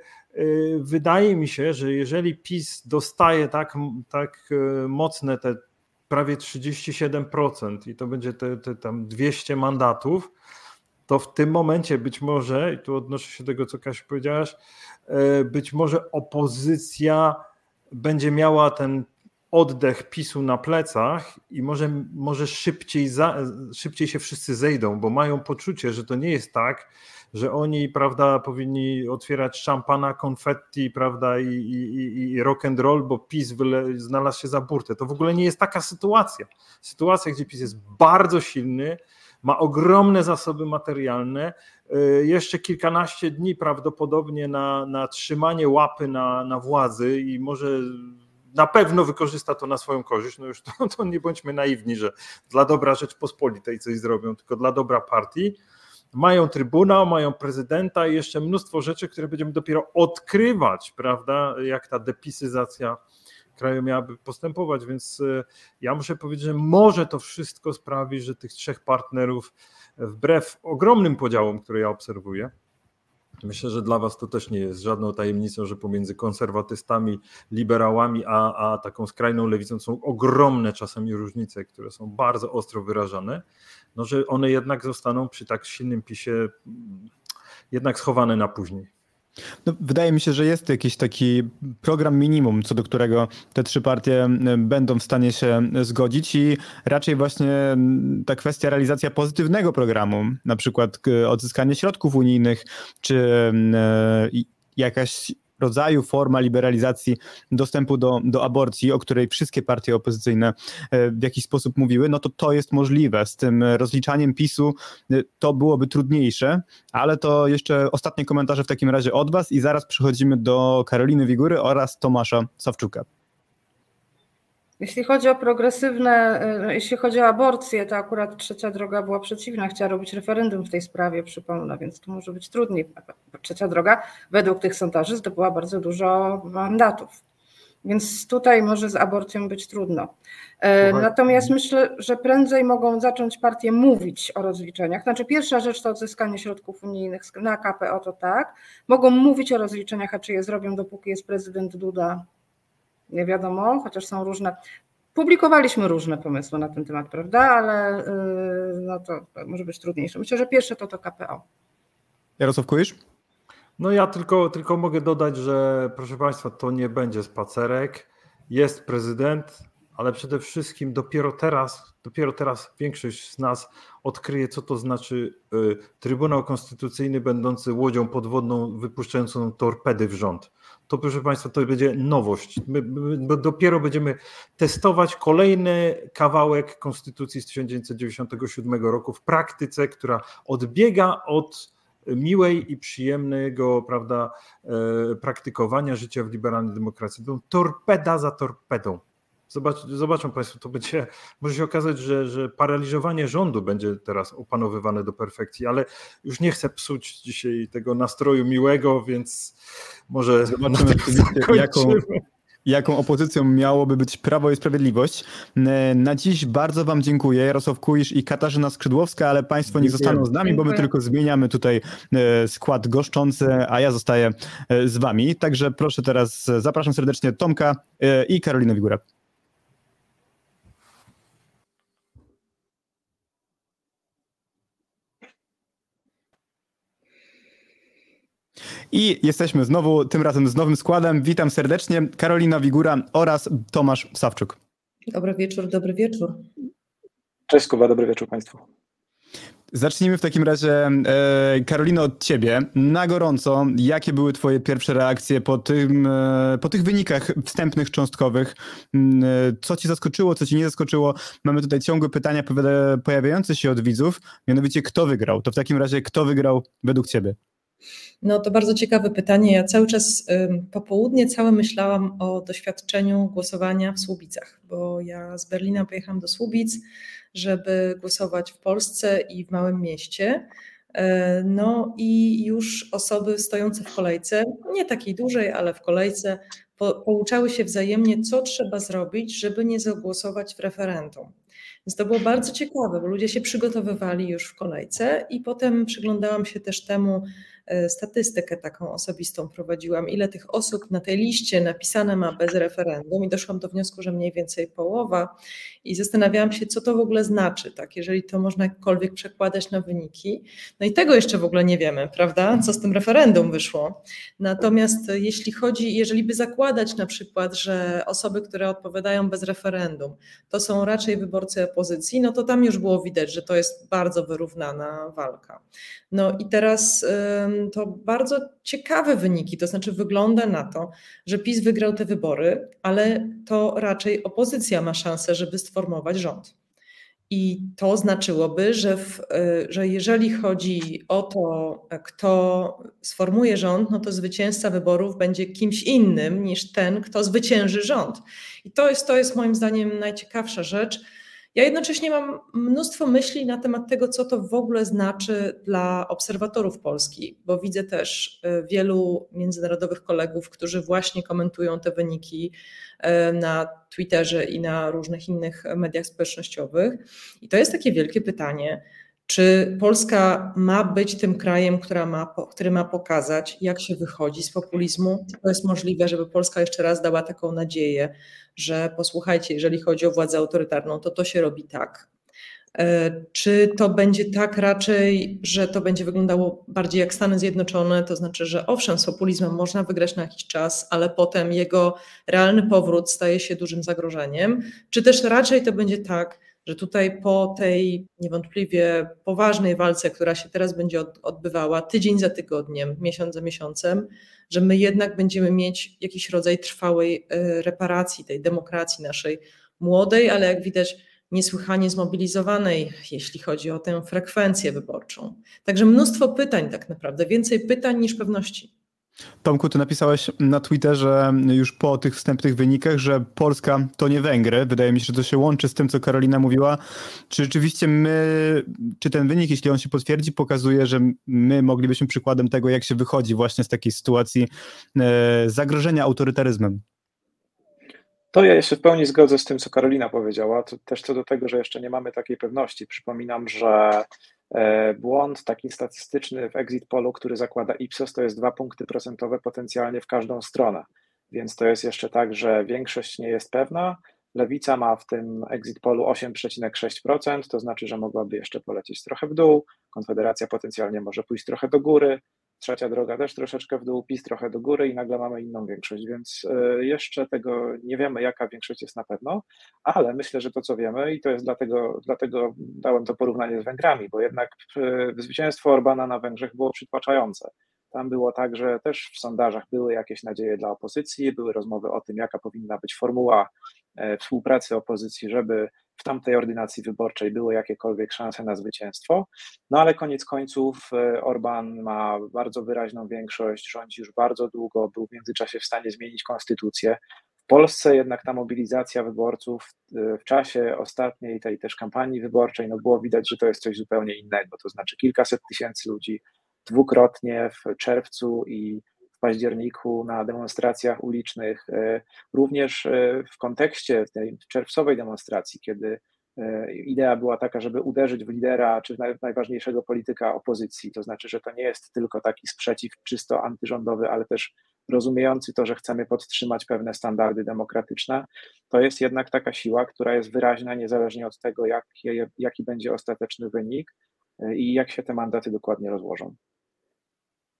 wydaje mi się, że jeżeli PiS dostaje tak mocne te prawie 37% i to będzie te tam 200 mandatów, to w tym momencie być może, i tu odnoszę się do tego, co Kasiu powiedziałaś, być może opozycja będzie miała ten oddech PiS-u na plecach i może szybciej się wszyscy zejdą, bo mają poczucie, że to nie jest tak, że oni, prawda, powinni otwierać szampana, konfetti, prawda, i rock and roll, bo PiS znalazł się za burtę. To w ogóle nie jest taka sytuacja. Sytuacja, gdzie PiS jest bardzo silny, ma ogromne zasoby materialne, jeszcze kilkanaście dni prawdopodobnie na trzymanie łapy na władzy i może na pewno wykorzysta to na swoją korzyść. No już to nie bądźmy naiwni, że dla dobra Rzeczpospolitej coś zrobią, tylko dla dobra partii. Mają trybunał, mają prezydenta i jeszcze mnóstwo rzeczy, które będziemy dopiero odkrywać, prawda, jak ta depisyzacja kraju miałaby postępować, więc ja muszę powiedzieć, że może to wszystko sprawi, że tych trzech partnerów, wbrew ogromnym podziałom, które ja obserwuję, myślę, że dla was to też nie jest żadną tajemnicą, że pomiędzy konserwatystami, liberałami, a taką skrajną lewicą są ogromne czasami różnice, które są bardzo ostro wyrażane, no że one jednak zostaną przy tak silnym PiS-ie jednak schowane na później. No, wydaje mi się, że jest jakiś taki program minimum, co do którego te trzy partie będą w stanie się zgodzić i raczej właśnie ta kwestia realizacja pozytywnego programu, na przykład odzyskanie środków unijnych, czy jakaś rodzaju forma liberalizacji dostępu do aborcji, o której wszystkie partie opozycyjne w jakiś sposób mówiły, no to jest możliwe. Z tym rozliczaniem PiS-u to byłoby trudniejsze, ale to jeszcze ostatnie komentarze w takim razie od was i zaraz przechodzimy do Karoliny Wigury oraz Tomasza Sawczuka. Jeśli chodzi o progresywne, jeśli chodzi o aborcję, to akurat Trzecia Droga była przeciwna, chciała robić referendum w tej sprawie, przypomnę, więc to może być trudniej. Trzecia Droga według tych sondaży zdobyła bardzo dużo mandatów, więc tutaj może z aborcją być trudno. Natomiast myślę, że prędzej mogą zacząć partie mówić o rozliczeniach. Znaczy pierwsza rzecz to odzyskanie środków unijnych na KPO, to tak. Mogą mówić o rozliczeniach, a czy je zrobią, dopóki jest prezydent Duda, nie wiadomo, chociaż są różne. Publikowaliśmy różne pomysły na ten temat, prawda? Ale no to może być trudniejsze. Myślę, że pierwsze to KPO. Jarosław Kuisz? No ja tylko mogę dodać, że proszę Państwa, to nie będzie spacerek. Jest prezydent, ale przede wszystkim dopiero teraz większość z nas odkryje, co to znaczy Trybunał Konstytucyjny będący łodzią podwodną wypuszczającą torpedy w rząd. To proszę Państwa, to będzie nowość. My dopiero będziemy testować kolejny kawałek Konstytucji z 1997 roku w praktyce, która odbiega od miłej i przyjemnego, prawda, praktykowania życia w liberalnej demokracji. To torpeda za torpedą. Zobaczą Państwo, to może się okazać, że paraliżowanie rządu będzie teraz opanowywane do perfekcji, ale już nie chcę psuć dzisiaj tego nastroju miłego, więc może zobaczymy jaką opozycją miałoby być Prawo i Sprawiedliwość. Na dziś bardzo wam dziękuję. Jarosław Kuisz i Katarzyna Skrzydłowska, ale państwo nie zostaną z nami, bo my tylko zmieniamy tutaj skład goszczący, a ja zostaję z wami. Także proszę teraz, zapraszam serdecznie Tomka i Karolinę Wigurę. I jesteśmy znowu, tym razem z nowym składem. Witam serdecznie, Karolina Wigura oraz Tomasz Sawczuk. Dobry wieczór, dobry wieczór. Cześć Kuba, dobry wieczór Państwu. Zacznijmy w takim razie, Karolino, od ciebie. Na gorąco, jakie były twoje pierwsze reakcje po tych wynikach wstępnych, cząstkowych? Co ci zaskoczyło, co ci nie zaskoczyło? Mamy tutaj ciągłe pytania pojawiające się od widzów, mianowicie kto wygrał? To w takim razie kto wygrał według ciebie? No to bardzo ciekawe pytanie. Ja cały czas popołudnie całe myślałam o doświadczeniu głosowania w Słubicach, bo ja z Berlina pojechałam do Słubic, żeby głosować w Polsce i w małym mieście. No i już osoby stojące w kolejce, nie takiej dużej, ale w kolejce, pouczały się wzajemnie, co trzeba zrobić, żeby nie zagłosować w referendum. Więc to było bardzo ciekawe, bo ludzie się przygotowywali już w kolejce i potem przyglądałam się też temu, statystykę taką osobistą prowadziłam, ile tych osób na tej liście napisane ma bez referendum i doszłam do wniosku, że mniej więcej połowa i zastanawiałam się, co to w ogóle znaczy, tak, jeżeli to można jakkolwiek przekładać na wyniki. No i tego jeszcze w ogóle nie wiemy, prawda, co z tym referendum wyszło. Natomiast jeżeli by zakładać na przykład, że osoby, które odpowiadają bez referendum, to są raczej wyborcy opozycji, no to tam już było widać, że to jest bardzo wyrównana walka. No i teraz to bardzo ciekawe wyniki, to znaczy wygląda na to, że PiS wygrał te wybory, ale to raczej opozycja ma szansę, żeby sformować rząd. I to znaczyłoby, że jeżeli chodzi o to, kto sformuje rząd, no to zwycięzca wyborów będzie kimś innym niż ten, kto zwycięży rząd. I to jest moim zdaniem najciekawsza rzecz. Ja jednocześnie mam mnóstwo myśli na temat tego, co to w ogóle znaczy dla obserwatorów Polski, bo widzę też wielu międzynarodowych kolegów, którzy właśnie komentują te wyniki na Twitterze i na różnych innych mediach społecznościowych. I to jest takie wielkie pytanie, czy Polska ma być tym krajem, który ma pokazać, jak się wychodzi z populizmu? To jest możliwe, żeby Polska jeszcze raz dała taką nadzieję, że posłuchajcie, jeżeli chodzi o władzę autorytarną, to się robi tak. Czy to będzie tak raczej, że to będzie wyglądało bardziej jak Stany Zjednoczone, to znaczy, że owszem, z populizmem można wygrać na jakiś czas, ale potem jego realny powrót staje się dużym zagrożeniem, czy też raczej to będzie tak, że tutaj po tej niewątpliwie poważnej walce, która się teraz będzie odbywała tydzień za tygodniem, miesiąc za miesiącem, że my jednak będziemy mieć jakiś rodzaj trwałej reparacji tej demokracji naszej młodej, ale jak widać niesłychanie zmobilizowanej, jeśli chodzi o tę frekwencję wyborczą. Także mnóstwo pytań tak naprawdę, więcej pytań niż pewności. Tomku, ty napisałeś na Twitterze już po tych wstępnych wynikach, że Polska to nie Węgry. Wydaje mi się, że to się łączy z tym, co Karolina mówiła. Czy rzeczywiście czy ten wynik, jeśli on się potwierdzi, pokazuje, że my moglibyśmy przykładem tego, jak się wychodzi właśnie z takiej sytuacji zagrożenia autorytaryzmem? To ja się w pełni zgodzę z tym, co Karolina powiedziała. To też co do tego, że jeszcze nie mamy takiej pewności. Przypominam, że błąd taki statystyczny w exit polu, który zakłada Ipsos, to jest 2 punkty procentowe potencjalnie w każdą stronę. Więc to jest jeszcze tak, że większość nie jest pewna. Lewica ma w tym exit polu 8,6%, to znaczy, że mogłaby jeszcze polecieć trochę w dół. Konfederacja potencjalnie może pójść trochę do góry. Trzecia droga też troszeczkę w dół, PiS trochę do góry i nagle mamy inną większość, więc jeszcze tego nie wiemy, jaka większość jest na pewno, ale myślę, że to, co wiemy, i to jest dlatego dałem to porównanie z Węgrami, bo jednak zwycięstwo Orbana na Węgrzech było przytłaczające. Tam było tak, że też w sondażach były jakieś nadzieje dla opozycji, były rozmowy o tym, jaka powinna być formuła współpracy opozycji, żeby w tamtej ordynacji wyborczej były jakiekolwiek szanse na zwycięstwo, no ale koniec końców Orbán ma bardzo wyraźną większość, rządzi już bardzo długo, był w międzyczasie w stanie zmienić konstytucję. W Polsce jednak ta mobilizacja wyborców w czasie ostatniej tej też kampanii wyborczej, no było widać, że to jest coś zupełnie innego, to znaczy kilkaset tysięcy ludzi dwukrotnie w czerwcu i w październiku na demonstracjach ulicznych, również w kontekście tej czerwcowej demonstracji, kiedy idea była taka, żeby uderzyć w lidera czy w najważniejszego polityka opozycji, to znaczy, że to nie jest tylko taki sprzeciw czysto antyrządowy, ale też rozumiejący to, że chcemy podtrzymać pewne standardy demokratyczne, to jest jednak taka siła, która jest wyraźna niezależnie od tego, jaki będzie ostateczny wynik i jak się te mandaty dokładnie rozłożą.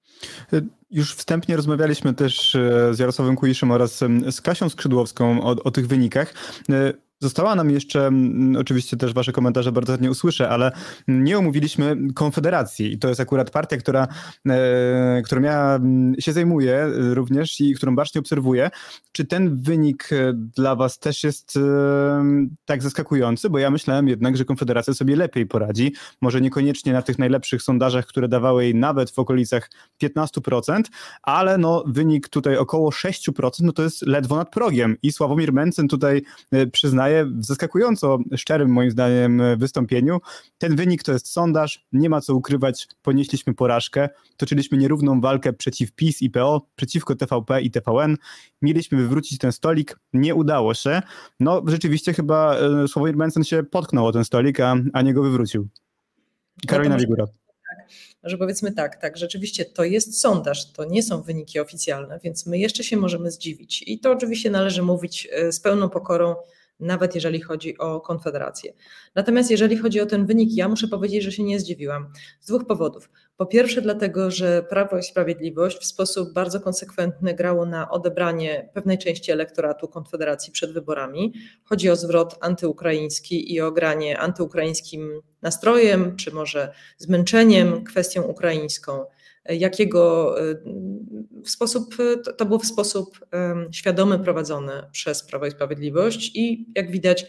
Już wstępnie rozmawialiśmy też z Jarosławem Kuiszem oraz z Kasią Skrzydłowską o tych wynikach. Została nam jeszcze, oczywiście też wasze komentarze bardzo chętnie usłyszę, ale nie omówiliśmy Konfederacji i to jest akurat partia, którą ja się zajmuję również i którą bacznie obserwuję. Czy ten wynik dla was też jest tak zaskakujący? Bo ja myślałem jednak, że Konfederacja sobie lepiej poradzi. Może niekoniecznie na tych najlepszych sondażach, które dawały jej nawet w okolicach 15%, ale no wynik tutaj około 6%, no to jest ledwo nad progiem i Sławomir Mencen tutaj przyznaje w zaskakująco szczerym moim zdaniem wystąpieniu. Ten wynik to jest sondaż, nie ma co ukrywać, ponieśliśmy porażkę, toczyliśmy nierówną walkę przeciw PiS i PO, przeciwko TVP i TVN, mieliśmy wywrócić ten stolik, nie udało się. No rzeczywiście chyba Sławomir Mencen się potknął o ten stolik, a nie go wywrócił. Karolina Wigura. Że powiedzmy tak, rzeczywiście to jest sondaż, to nie są wyniki oficjalne, więc my jeszcze się możemy zdziwić i to oczywiście należy mówić z pełną pokorą, nawet jeżeli chodzi o Konfederację. Natomiast jeżeli chodzi o ten wynik, ja muszę powiedzieć, że się nie zdziwiłam z dwóch powodów. Po pierwsze dlatego, że Prawo i Sprawiedliwość w sposób bardzo konsekwentny grało na odebranie pewnej części elektoratu Konfederacji przed wyborami. Chodzi o zwrot antyukraiński i o granie antyukraińskim nastrojem, czy może zmęczeniem kwestią ukraińską. Jakiego to było w sposób świadomy prowadzone przez Prawo i Sprawiedliwość i jak widać,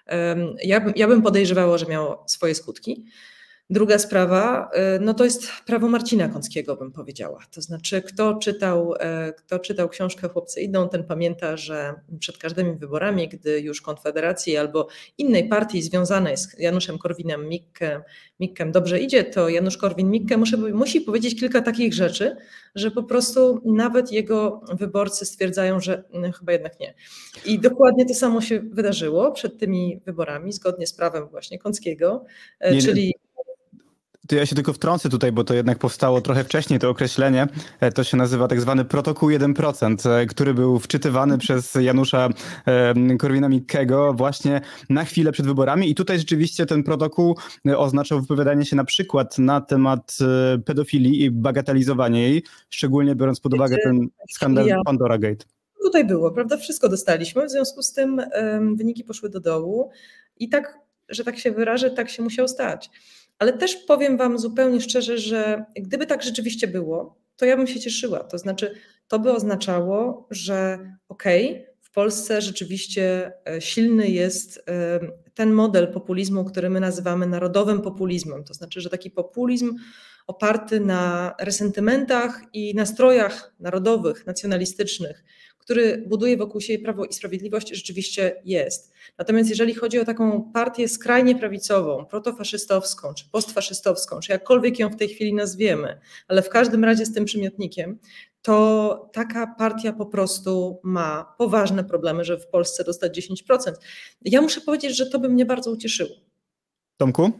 ja bym podejrzewała, że miało swoje skutki. Druga sprawa, no to jest prawo Marcina Kąckiego, bym powiedziała. To znaczy, kto czytał książkę Chłopcy idą, ten pamięta, że przed każdymi wyborami, gdy już Konfederacji albo innej partii związanej z Januszem Korwinem-Mikkem dobrze idzie, to Janusz Korwin-Mikke musi powiedzieć kilka takich rzeczy, że po prostu nawet jego wyborcy stwierdzają, że chyba jednak nie. I dokładnie to samo się wydarzyło przed tymi wyborami, zgodnie z prawem właśnie Kąckiego, czyli... To ja się tylko wtrącę tutaj, bo to jednak powstało trochę wcześniej, to określenie. To się nazywa tak zwany protokół 1%, który był wczytywany przez Janusza Korwina-Mikkego właśnie na chwilę przed wyborami i tutaj rzeczywiście ten protokół oznaczał wypowiadanie się na przykład na temat pedofilii i bagatelizowanie jej, szczególnie biorąc pod uwagę ten skandal Pandora Gate. Tutaj było, prawda? Wszystko dostaliśmy, w związku z tym wyniki poszły do dołu i tak, że tak się wyrażę, tak się musiało stać. Ale też powiem wam zupełnie szczerze, że gdyby tak rzeczywiście było, to ja bym się cieszyła. To znaczy, to by oznaczało, że w Polsce rzeczywiście silny jest ten model populizmu, który my nazywamy narodowym populizmem. To znaczy, że taki populizm oparty na resentymentach i nastrojach narodowych, nacjonalistycznych, który buduje wokół siebie Prawo i Sprawiedliwość, rzeczywiście jest. Natomiast jeżeli chodzi o taką partię skrajnie prawicową, protofaszystowską, czy postfaszystowską, czy jakkolwiek ją w tej chwili nazwiemy, ale w każdym razie z tym przymiotnikiem, to taka partia po prostu ma poważne problemy, żeby w Polsce dostać 10%. Ja muszę powiedzieć, że to by mnie bardzo ucieszyło. Tomku?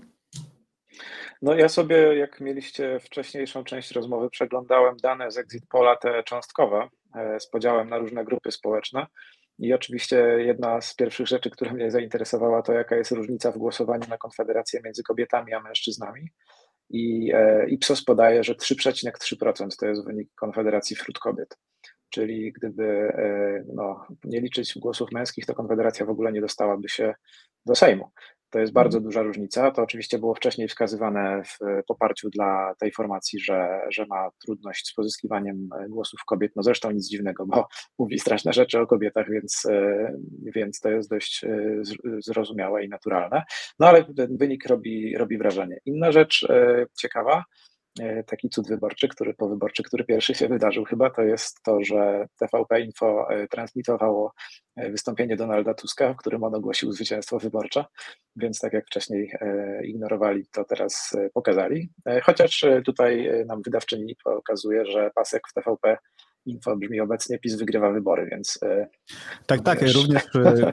No ja sobie, jak mieliście wcześniejszą część rozmowy, przeglądałem dane z Exit Pola, te cząstkowe, z podziałem na różne grupy społeczne. I oczywiście jedna z pierwszych rzeczy, która mnie zainteresowała, to jaka jest różnica w głosowaniu na Konfederację między kobietami a mężczyznami. I Ipsos podaje, że 3,3% to jest wynik Konfederacji wśród kobiet. Czyli gdyby nie liczyć głosów męskich, to Konfederacja w ogóle nie dostałaby się do Sejmu. To jest bardzo duża różnica. To oczywiście było wcześniej wskazywane w poparciu dla tej formacji, że ma trudność z pozyskiwaniem głosów kobiet. No zresztą nic dziwnego, bo mówi straszne rzeczy o kobietach, więc to jest dość zrozumiałe i naturalne. No ale ten wynik robi wrażenie. Inna rzecz ciekawa, taki cud powyborczy, który pierwszy się wydarzył chyba, to jest to, że TVP Info transmitowało wystąpienie Donalda Tuska, w którym on ogłosił zwycięstwo wyborcze, więc tak jak wcześniej ignorowali, to teraz pokazali. Chociaż tutaj nam wydawczyni pokazuje, że pasek w TVP Info brzmi obecnie: PiS wygrywa wybory, więc... Tak, również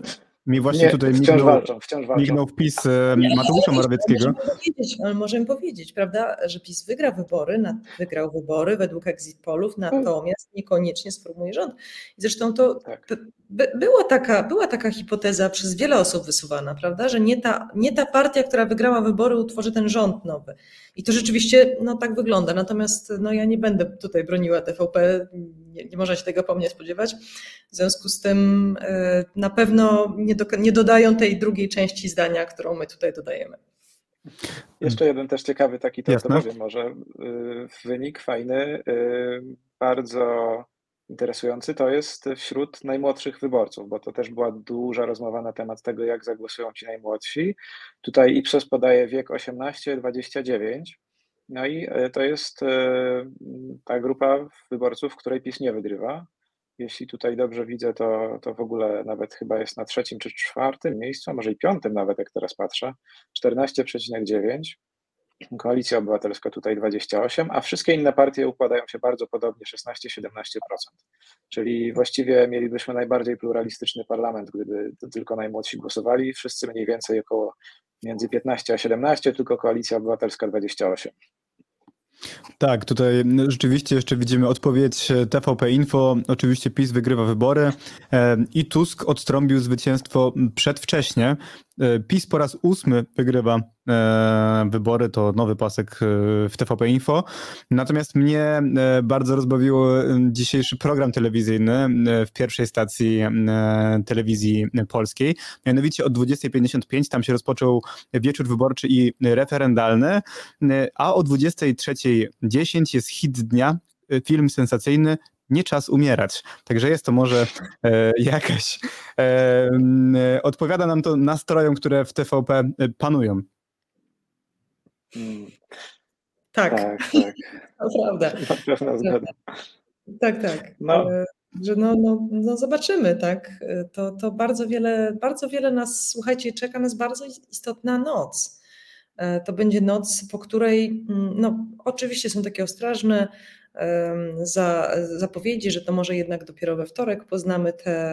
Mi właśnie tutaj wciąż walczą. mignął wpis Mateusza Morawieckiego. Ale możemy powiedzieć, prawda, że PiS wygrał wybory według exit pollów, natomiast niekoniecznie sformuje rząd. I zresztą to Tak. była taka hipoteza przez wiele osób wysuwana, prawda, że nie ta partia, która wygrała wybory, utworzy ten rząd nowy. I to rzeczywiście tak wygląda. Natomiast ja nie będę tutaj broniła TVP, nie można się tego po mnie spodziewać. W związku z tym na pewno nie dodają tej drugiej części zdania, którą my tutaj dodajemy. Jeszcze jeden też ciekawy taki, to Jasne. powiem może, wynik fajny, bardzo interesujący, to jest wśród najmłodszych wyborców, bo to też była duża rozmowa na temat tego, jak zagłosują ci najmłodsi. Tutaj Ipsos podaje wiek 18-29, no i to jest ta grupa wyborców, w której PiS nie wygrywa. Jeśli tutaj dobrze widzę, to w ogóle nawet chyba jest na 3. czy 4. miejscu, a może i 5. nawet, jak teraz patrzę, 14,9. Koalicja Obywatelska tutaj 28, a wszystkie inne partie układają się bardzo podobnie, 16-17%. Czyli właściwie mielibyśmy najbardziej pluralistyczny parlament, gdyby tylko najmłodsi głosowali. Wszyscy mniej więcej około między 15 a 17, tylko Koalicja Obywatelska 28. Tak, tutaj rzeczywiście jeszcze widzimy odpowiedź TVP Info. Oczywiście PiS wygrywa wybory i Tusk odtrąbił zwycięstwo przedwcześnie. PiS po raz 8 wygrywa wybory, to nowy pasek w TVP Info. Natomiast mnie bardzo rozbawił dzisiejszy program telewizyjny w pierwszej stacji telewizji polskiej. Mianowicie od 20:55 tam się rozpoczął wieczór wyborczy i referendalny, a o 23:10 jest hit dnia, film sensacyjny Nie czas umierać. Także jest to może jakaś... odpowiada nam to nastrojom, które w TVP panują. Tak. To prawda. Na pewno zgoda. Tak. No. Że zobaczymy, tak. To bardzo wiele nas, słuchajcie, czeka nas bardzo istotna noc. To będzie noc, po której oczywiście są takie ostrożne zapowiedzi, że to może jednak dopiero we wtorek poznamy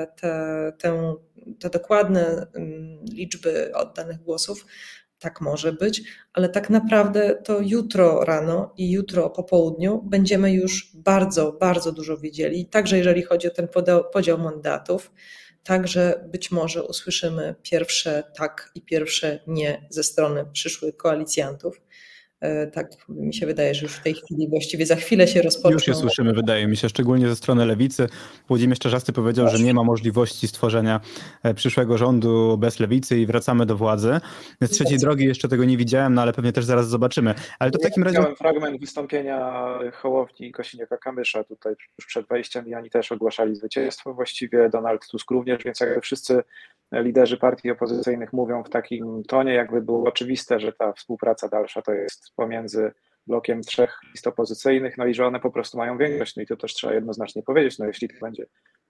te dokładne liczby oddanych głosów. Tak może być, ale tak naprawdę to jutro rano i jutro po południu będziemy już bardzo, bardzo dużo wiedzieli, także jeżeli chodzi o ten podział mandatów, także być może usłyszymy pierwsze tak i pierwsze nie ze strony przyszłych koalicjantów. Tak mi się wydaje, że już w tej chwili, właściwie za chwilę się rozpoczną. Już je słyszymy, wydaje mi się, szczególnie ze strony lewicy. Włodzimierz Czarzasty powiedział, że nie ma możliwości stworzenia przyszłego rządu bez lewicy i wracamy do władzy. Z trzeciej drogi jeszcze tego nie widziałem, ale pewnie też zaraz zobaczymy. Ale to w takim razie... Widziałem fragment wystąpienia Hołowni i Kosiniaka-Kamysza tutaj już przed wejściem i oni też ogłaszali zwycięstwo. Właściwie Donald Tusk również, więc jakby wszyscy liderzy partii opozycyjnych mówią w takim tonie, jakby było oczywiste, że ta współpraca dalsza to jest pomiędzy blokiem 3 list opozycyjnych, no i że one po prostu mają większość. No i to też trzeba jednoznacznie powiedzieć, no jeśli to będzie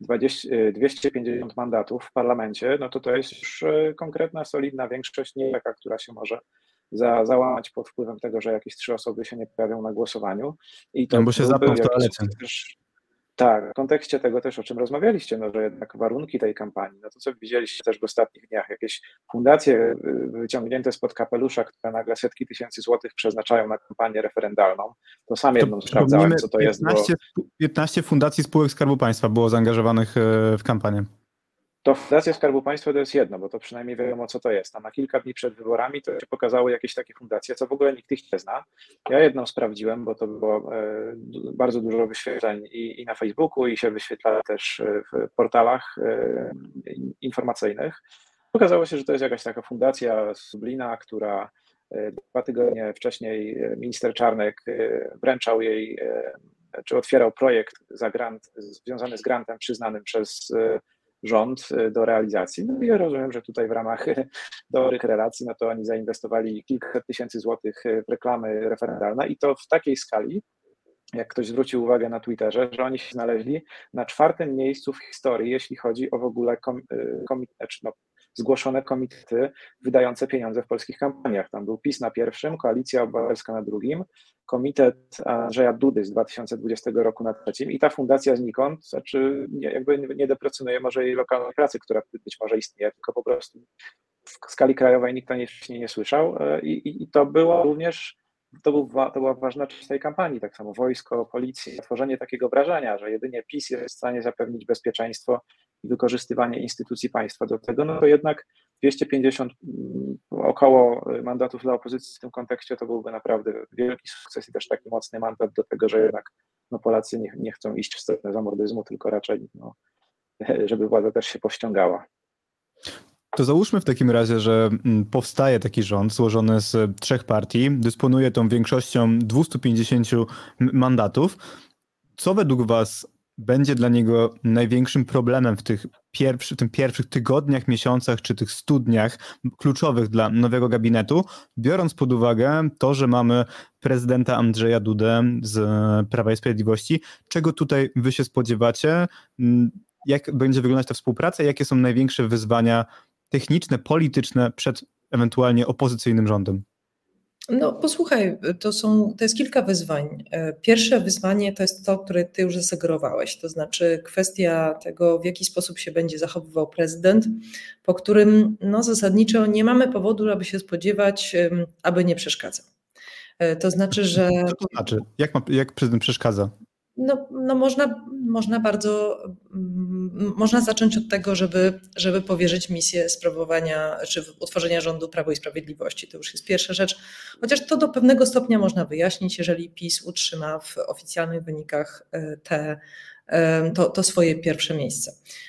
250 mandatów w parlamencie, no to jest już konkretna, solidna większość, nie taka, która się może załamać pod wpływem tego, że jakieś 3 osoby się nie pojawią na głosowaniu. I to bo się zapną w toalecie. Tak, w kontekście tego też, o czym rozmawialiście, no, że jednak warunki tej kampanii, no to co widzieliście też w ostatnich dniach, jakieś fundacje wyciągnięte spod kapelusza, które nagle setki tysięcy złotych przeznaczają na kampanię referendalną, to sam jedną sprawdzałem, co to jest. 15 fundacji spółek Skarbu Państwa było zaangażowanych w kampanię. To Fundacja Skarbu Państwa to jest jedno, bo to przynajmniej wiadomo, co to jest. A na kilka dni przed wyborami to się pokazały jakieś takie fundacje, co w ogóle nikt ich nie zna. Ja jedną sprawdziłem, bo to było bardzo dużo wyświetleń i na Facebooku, i się wyświetla też w portalach informacyjnych. Okazało się, że to jest jakaś taka fundacja z Lublina, która 2 tygodnie wcześniej minister Czarnek wręczał jej, czy otwierał projekt za grant, związany z grantem przyznanym przez rząd do realizacji. No i ja rozumiem, że tutaj w ramach dobrych relacji, no to oni zainwestowali kilkaset tysięcy złotych w reklamy referendalne i to w takiej skali, jak ktoś zwrócił uwagę na Twitterze, że oni się znaleźli na 4. miejscu w historii, jeśli chodzi o w ogóle zgłoszone komitety wydające pieniądze w polskich kampaniach. Tam był PiS na pierwszym, Koalicja Obywatelska na drugim, komitet Andrzeja Dudy z 2020 roku na trzecim i ta fundacja znikąd, znaczy jakby nie deprecjonuje może jej lokalnej pracy, która być może istnieje, tylko po prostu w skali krajowej nikt o niej wcześniej nie słyszał i to było również, to była ważna część tej kampanii, tak samo wojsko, policja, tworzenie takiego wrażenia, że jedynie PiS jest w stanie zapewnić bezpieczeństwo i wykorzystywanie instytucji państwa do tego, no to jednak 250 około mandatów dla opozycji w tym kontekście to byłby naprawdę wielki sukces i też taki mocny mandat do tego, że jednak no, Polacy nie chcą iść w stronę zamordyzmu, tylko raczej no, żeby władza też się powściągała. To załóżmy w takim razie, że powstaje taki rząd złożony z 3 partii, dysponuje tą większością 250 mandatów. Co według was będzie dla niego największym problemem w tych pierwszych tygodniach, miesiącach czy tych 100 dniach kluczowych dla nowego gabinetu, biorąc pod uwagę to, że mamy prezydenta Andrzeja Dudę z Prawa i Sprawiedliwości? Czego tutaj wy się spodziewacie? Jak będzie wyglądać ta współpraca? Jakie są największe wyzwania techniczne, polityczne przed ewentualnie opozycyjnym rządem? No posłuchaj, to jest kilka wyzwań. Pierwsze wyzwanie to jest to, które ty już zasugerowałeś, to znaczy kwestia tego, w jaki sposób się będzie zachowywał prezydent, po którym no, zasadniczo nie mamy powodu, aby się spodziewać, aby nie przeszkadzał. To znaczy, że... Co to znaczy? Jak prezydent przeszkadza? No można zacząć od tego, żeby powierzyć misję sprawowania czy utworzenia rządu Prawo i Sprawiedliwości. To już jest pierwsza rzecz, chociaż to do pewnego stopnia można wyjaśnić, jeżeli PiS utrzyma w oficjalnych wynikach to swoje pierwsze miejsce.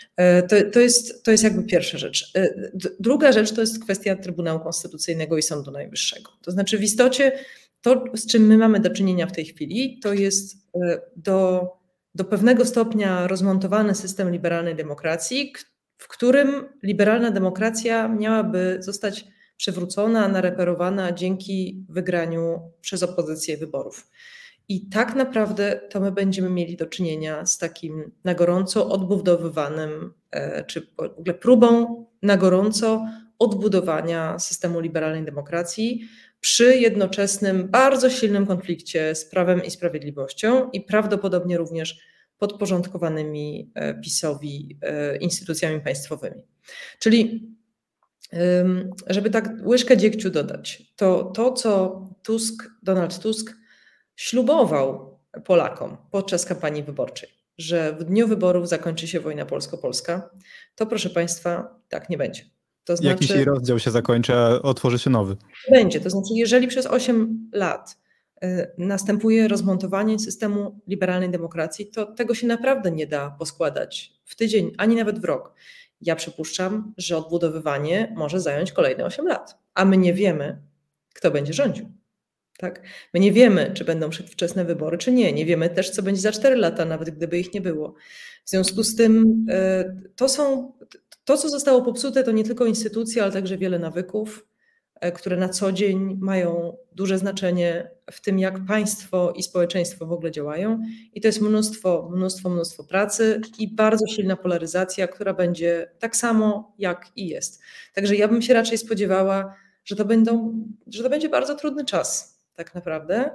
To jest jakby pierwsza rzecz. Druga rzecz to jest kwestia Trybunału Konstytucyjnego i Sądu Najwyższego. To znaczy w istocie to, z czym my mamy do czynienia w tej chwili, to jest do pewnego stopnia rozmontowany system liberalnej demokracji, w którym liberalna demokracja miałaby zostać przywrócona, nareperowana dzięki wygraniu przez opozycję wyborów. I tak naprawdę to my będziemy mieli do czynienia z takim na gorąco odbudowywanym, czy w ogóle próbą na gorąco odbudowania systemu liberalnej demokracji przy jednoczesnym, bardzo silnym konflikcie z Prawem i Sprawiedliwością i prawdopodobnie również podporządkowanymi PiS-owi instytucjami państwowymi. Czyli, żeby tak łyżkę dziegciu dodać, to co Donald Tusk ślubował Polakom podczas kampanii wyborczej, że w dniu wyborów zakończy się wojna polsko-polska, to proszę Państwa, tak nie będzie. To znaczy, jakiś rozdział się zakończy, a otworzy się nowy. Będzie, to znaczy jeżeli przez 8 lat następuje rozmontowanie systemu liberalnej demokracji, to tego się naprawdę nie da poskładać w tydzień, ani nawet w rok. Ja przypuszczam, że odbudowywanie może zająć kolejne 8 lat, a my nie wiemy, kto będzie rządził. Tak? My nie wiemy, czy będą przedwczesne wybory, czy nie. Nie wiemy też, co będzie za 4 lata, nawet gdyby ich nie było. W związku z tym to, co zostało popsute, to nie tylko instytucje, ale także wiele nawyków, które na co dzień mają duże znaczenie w tym, jak państwo i społeczeństwo w ogóle działają. I to jest mnóstwo pracy i bardzo silna polaryzacja, która będzie tak samo, jak i jest. Także ja bym się raczej spodziewała, że to będzie bardzo trudny czas, tak naprawdę.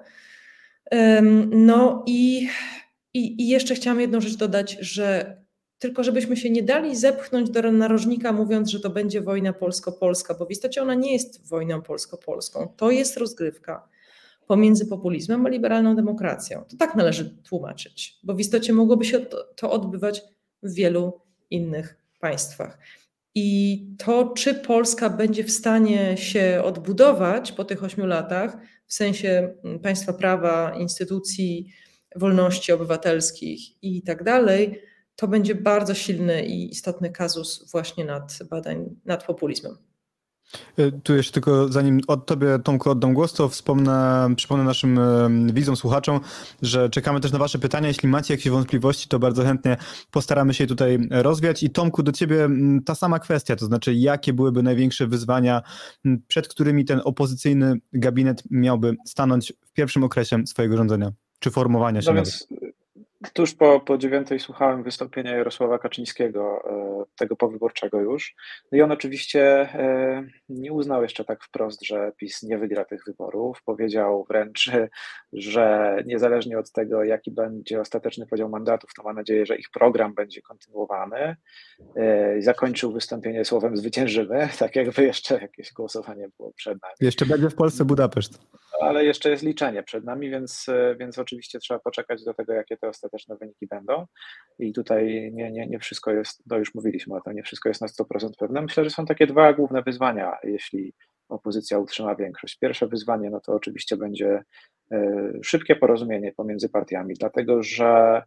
No i jeszcze chciałam jedną rzecz dodać, że tylko żebyśmy się nie dali zepchnąć do narożnika, mówiąc, że to będzie wojna polsko-polska, bo w istocie ona nie jest wojną polsko-polską. To jest rozgrywka pomiędzy populizmem a liberalną demokracją. To tak należy tłumaczyć, bo w istocie mogłoby się to odbywać w wielu innych państwach. I to, czy Polska będzie w stanie się odbudować po tych 8 latach, w sensie państwa prawa, instytucji, wolności obywatelskich i tak dalej, to będzie bardzo silny i istotny kazus właśnie badań nad populizmem. Tu jeszcze tylko zanim tobie, Tomku, oddam głos, to przypomnę naszym widzom, słuchaczom, że czekamy też na wasze pytania. Jeśli macie jakieś wątpliwości, to bardzo chętnie postaramy się je tutaj rozwiać. I Tomku, do ciebie ta sama kwestia, to znaczy jakie byłyby największe wyzwania, przed którymi ten opozycyjny gabinet miałby stanąć w pierwszym okresie swojego rządzenia, czy formowania się? No więc Tuż po 9 słuchałem wystąpienia Jarosława Kaczyńskiego, tego powyborczego już. No i on oczywiście nie uznał jeszcze tak wprost, że PiS nie wygra tych wyborów. Powiedział wręcz, że niezależnie od tego, jaki będzie ostateczny podział mandatów, to ma nadzieję, że ich program będzie kontynuowany. Zakończył wystąpienie słowem zwyciężymy, tak jakby jeszcze jakieś głosowanie było przed nami. Jeszcze będzie w Polsce Budapeszt. Ale jeszcze jest liczenie przed nami, więc oczywiście trzeba poczekać do tego, jakie te ostateczne wyniki będą. I tutaj nie wszystko jest, no już mówiliśmy o tym, nie wszystko jest na 100% pewne. Myślę, że są takie dwa główne wyzwania, jeśli opozycja utrzyma większość. Pierwsze wyzwanie, no to oczywiście będzie szybkie porozumienie pomiędzy partiami, dlatego że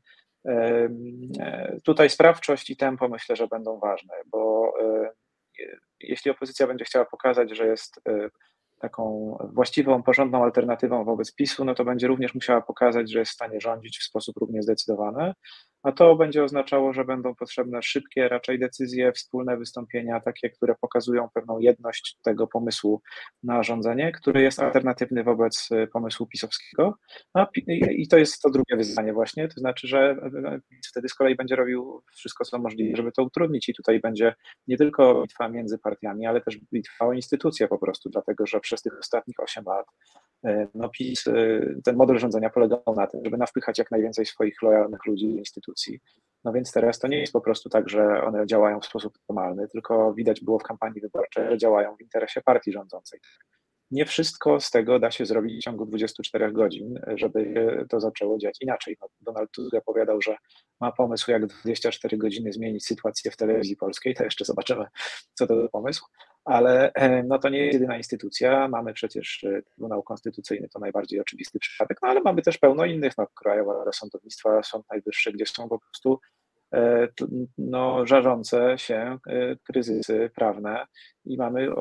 tutaj sprawczość i tempo myślę, że będą ważne, bo jeśli opozycja będzie chciała pokazać, że jest taką właściwą, porządną alternatywą wobec PiS-u, no to będzie również musiała pokazać, że jest w stanie rządzić w sposób równie zdecydowany, a to będzie oznaczało, że będą potrzebne szybkie raczej decyzje, wspólne wystąpienia, takie, które pokazują pewną jedność tego pomysłu na rządzenie, który jest alternatywny wobec pomysłu pisowskiego. I to jest to drugie wyzwanie właśnie, to znaczy, że PiS wtedy z kolei będzie robił wszystko, co możliwe, żeby to utrudnić i tutaj będzie nie tylko bitwa między partiami, ale też bitwa o instytucje po prostu, dlatego że przez tych ostatnich 8 lat no PiS, ten model rządzenia polegał na tym, żeby nawpychać jak najwięcej swoich lojalnych ludzi do instytucji. No więc teraz to nie jest po prostu tak, że one działają w sposób normalny, tylko widać było w kampanii wyborczej, że działają w interesie partii rządzącej. Nie wszystko z tego da się zrobić w ciągu 24 godzin, żeby to zaczęło działać inaczej. No, Donald Tusk opowiadał, że ma pomysł, jak 24 godziny zmienić sytuację w telewizji polskiej, to jeszcze zobaczymy, co to za pomysł, ale no, to nie jest jedyna instytucja. Mamy przecież Trybunał Konstytucyjny, to najbardziej oczywisty przypadek, no ale mamy też pełno innych, no, Krajowa Rada Sądownictwa, Sąd Najwyższy, gdzie są po prostu no, żarzące się kryzysy prawne i mamy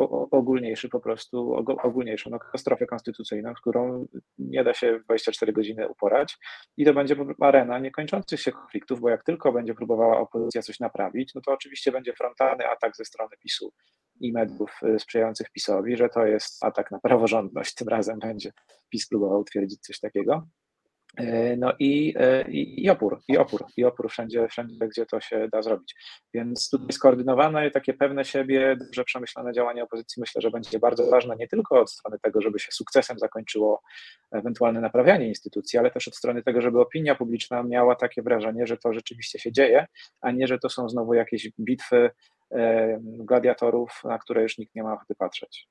ogólniejszą no, katastrofę konstytucyjną, z którą nie da się w 24 godziny uporać i to będzie arena niekończących się konfliktów, bo jak tylko będzie próbowała opozycja coś naprawić, no to oczywiście będzie frontalny atak ze strony PiS-u i mediów sprzyjających PiS-owi, że to jest atak na praworządność, tym razem będzie PiS próbował twierdzić coś takiego. No i opór wszędzie, gdzie to się da zrobić. Więc tutaj skoordynowane, takie pewne siebie, dobrze przemyślane działanie opozycji myślę, że będzie bardzo ważne nie tylko od strony tego, żeby się sukcesem zakończyło ewentualne naprawianie instytucji, ale też od strony tego, żeby opinia publiczna miała takie wrażenie, że to rzeczywiście się dzieje, a nie, że to są znowu jakieś bitwy gladiatorów, na które już nikt nie ma ochoty patrzeć.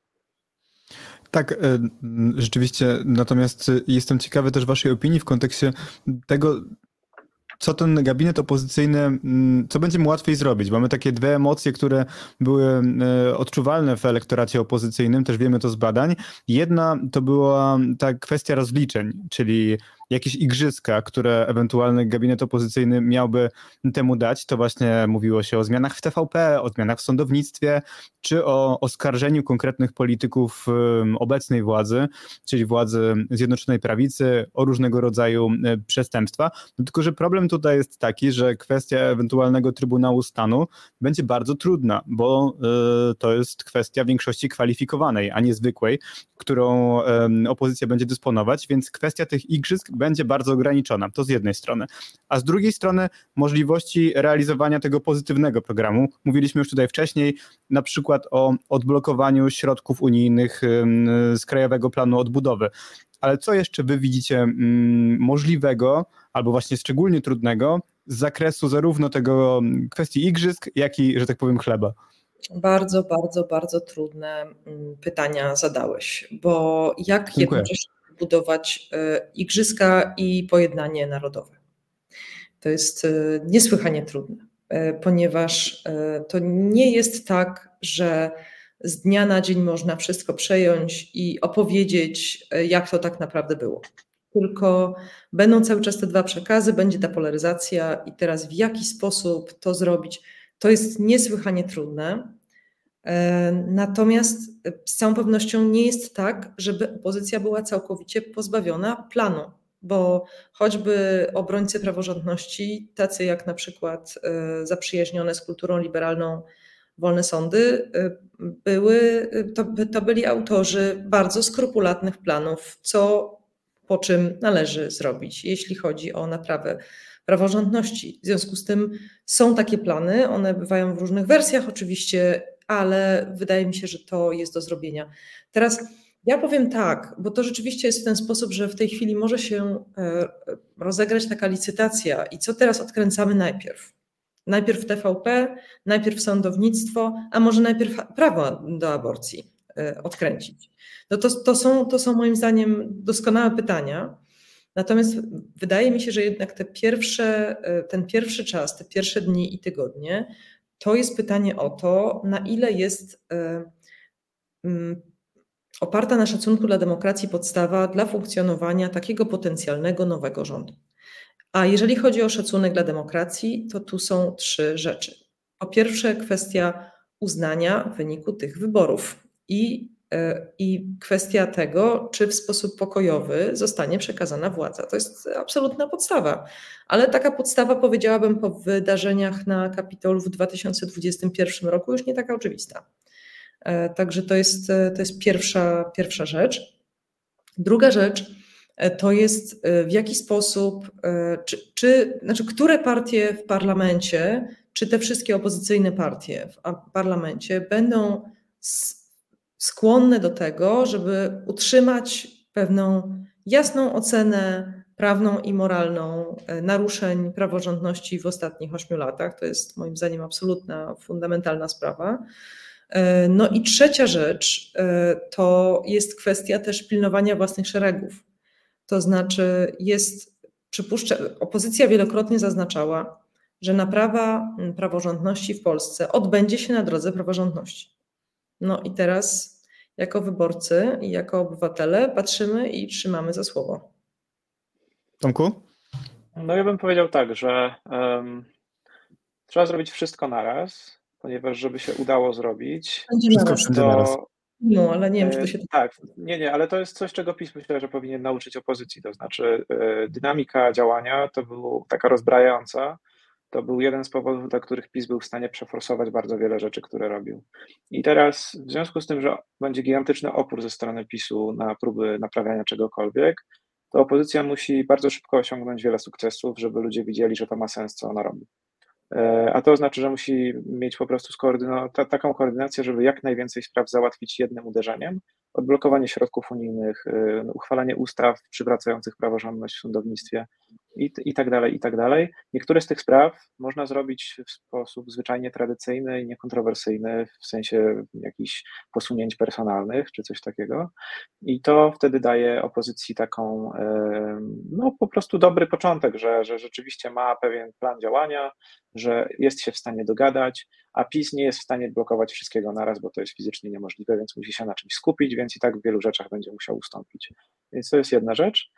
Tak, rzeczywiście. Natomiast jestem ciekawy też waszej opinii w kontekście tego, co ten gabinet opozycyjny, co będzie mu łatwiej zrobić. Mamy takie dwie emocje, które były odczuwalne w elektoracie opozycyjnym, też wiemy to z badań. Jedna to była ta kwestia rozliczeń, czyli jakieś igrzyska, które ewentualny gabinet opozycyjny miałby temu dać. To właśnie mówiło się o zmianach w TVP, o zmianach w sądownictwie, czy o oskarżeniu konkretnych polityków obecnej władzy, czyli władzy Zjednoczonej Prawicy, o różnego rodzaju przestępstwa. No tylko, że problem tutaj jest taki, że kwestia ewentualnego Trybunału Stanu będzie bardzo trudna, bo to jest kwestia większości kwalifikowanej, a nie zwykłej, którą opozycja będzie dysponować, więc kwestia tych igrzysk będzie bardzo ograniczona, to z jednej strony. A z drugiej strony możliwości realizowania tego pozytywnego programu. Mówiliśmy już tutaj wcześniej na przykład o odblokowaniu środków unijnych z Krajowego Planu Odbudowy. Ale co jeszcze wy widzicie możliwego, albo właśnie szczególnie trudnego z zakresu zarówno tego kwestii igrzysk, jak i, że tak powiem, chleba? Bardzo, bardzo, bardzo trudne pytania zadałeś, bo jak jednocześnie budować igrzyska i pojednanie narodowe? To jest niesłychanie trudne, ponieważ to nie jest tak, że z dnia na dzień można wszystko przejąć i opowiedzieć, jak to tak naprawdę było. Tylko będą cały czas te dwa przekazy, będzie ta polaryzacja i teraz w jaki sposób to zrobić, to jest niesłychanie trudne. Natomiast z całą pewnością nie jest tak, żeby opozycja była całkowicie pozbawiona planu, bo choćby obrońcy praworządności, tacy jak na przykład zaprzyjaźnione z kulturą liberalną Wolne Sądy, to byli autorzy bardzo skrupulatnych planów, co po czym należy zrobić, jeśli chodzi o naprawę praworządności. W związku z tym są takie plany, one bywają w różnych wersjach oczywiście, ale wydaje mi się, że to jest do zrobienia. Teraz ja powiem tak, bo to rzeczywiście jest w ten sposób, że w tej chwili może się rozegrać taka licytacja i co teraz odkręcamy najpierw? Najpierw TVP, najpierw sądownictwo, a może najpierw prawo do aborcji odkręcić? No to są moim zdaniem doskonałe pytania. Natomiast wydaje mi się, że jednak ten pierwszy czas, te pierwsze dni i tygodnie, to jest pytanie o to, na ile jest oparta na szacunku dla demokracji podstawa dla funkcjonowania takiego potencjalnego nowego rządu. A jeżeli chodzi o szacunek dla demokracji, to tu są 3 rzeczy. Po pierwsze, kwestia uznania wyniku tych wyborów i kwestia tego, czy w sposób pokojowy zostanie przekazana władza. To jest absolutna podstawa. Ale taka podstawa, powiedziałabym, po wydarzeniach na Kapitolu w 2021 roku już nie taka oczywista. Także to jest pierwsza rzecz. Druga rzecz to jest w jaki sposób, które partie w parlamencie, czy te wszystkie opozycyjne partie w parlamencie będą skłonne do tego, żeby utrzymać pewną jasną ocenę prawną i moralną naruszeń praworządności w ostatnich 8 latach. To jest moim zdaniem absolutna, fundamentalna sprawa. No i trzecia rzecz to jest kwestia też pilnowania własnych szeregów. To znaczy opozycja wielokrotnie zaznaczała, że naprawa praworządności w Polsce odbędzie się na drodze praworządności. No i teraz jako wyborcy i jako obywatele patrzymy i trzymamy za słowo. Tomku? No ja bym powiedział tak, że trzeba zrobić wszystko naraz, ponieważ żeby się udało zrobić, Wszystko wszędzie naraz. No, ale nie wiem, czy to się... Tak, ale to jest coś, czego PiS myślę, że powinien nauczyć opozycji, to znaczy dynamika działania to była taka rozbrajająca, to był jeden z powodów, dla których PiS był w stanie przeforsować bardzo wiele rzeczy, które robił. I teraz w związku z tym, że będzie gigantyczny opór ze strony PiS-u na próby naprawiania czegokolwiek, to opozycja musi bardzo szybko osiągnąć wiele sukcesów, żeby ludzie widzieli, że to ma sens, co ona robi. A to znaczy, że musi mieć po prostu taką koordynację, żeby jak najwięcej spraw załatwić jednym uderzeniem, odblokowanie środków unijnych, uchwalanie ustaw przywracających praworządność w sądownictwie i tak dalej, i tak dalej. Niektóre z tych spraw można zrobić w sposób zwyczajnie tradycyjny i niekontrowersyjny, w sensie jakichś posunięć personalnych czy coś takiego. I to wtedy daje opozycji taką, po prostu dobry początek, że rzeczywiście ma pewien plan działania, że jest się w stanie dogadać, a PiS nie jest w stanie blokować wszystkiego naraz, bo to jest fizycznie niemożliwe, więc musi się na czymś skupić, więc i tak w wielu rzeczach będzie musiał ustąpić. Więc to jest jedna rzecz.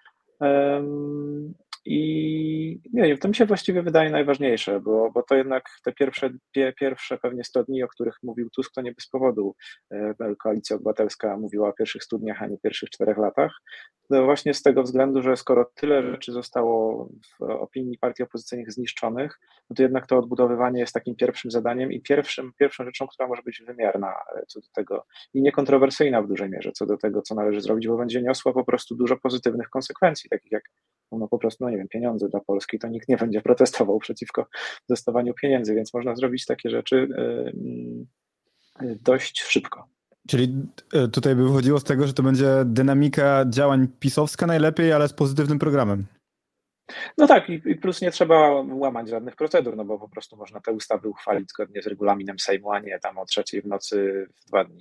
I nie wiem, to mi się właściwie wydaje najważniejsze, bo to jednak te pierwsze pewnie 100 dni, o których mówił Tusk, to nie bez powodu Koalicja Obywatelska mówiła o pierwszych 100 dniach, a nie pierwszych 4 latach. No właśnie z tego względu, że skoro tyle rzeczy zostało w opinii partii opozycyjnych zniszczonych, no to jednak to odbudowywanie jest takim pierwszym zadaniem i pierwszą rzeczą, która może być wymierna co do tego i niekontrowersyjna w dużej mierze co do tego, co należy zrobić, bo będzie niosła po prostu dużo pozytywnych konsekwencji, takich jak po prostu, pieniądze dla Polski, to nikt nie będzie protestował przeciwko dostawaniu pieniędzy, więc można zrobić takie rzeczy dość szybko. Czyli tutaj by wychodziło z tego, że to będzie dynamika działań pisowska najlepiej, ale z pozytywnym programem. No tak, i plus nie trzeba łamać żadnych procedur, bo po prostu można te ustawy uchwalić zgodnie z regulaminem Sejmu, a nie tam o 3:00 w nocy w 2 dni.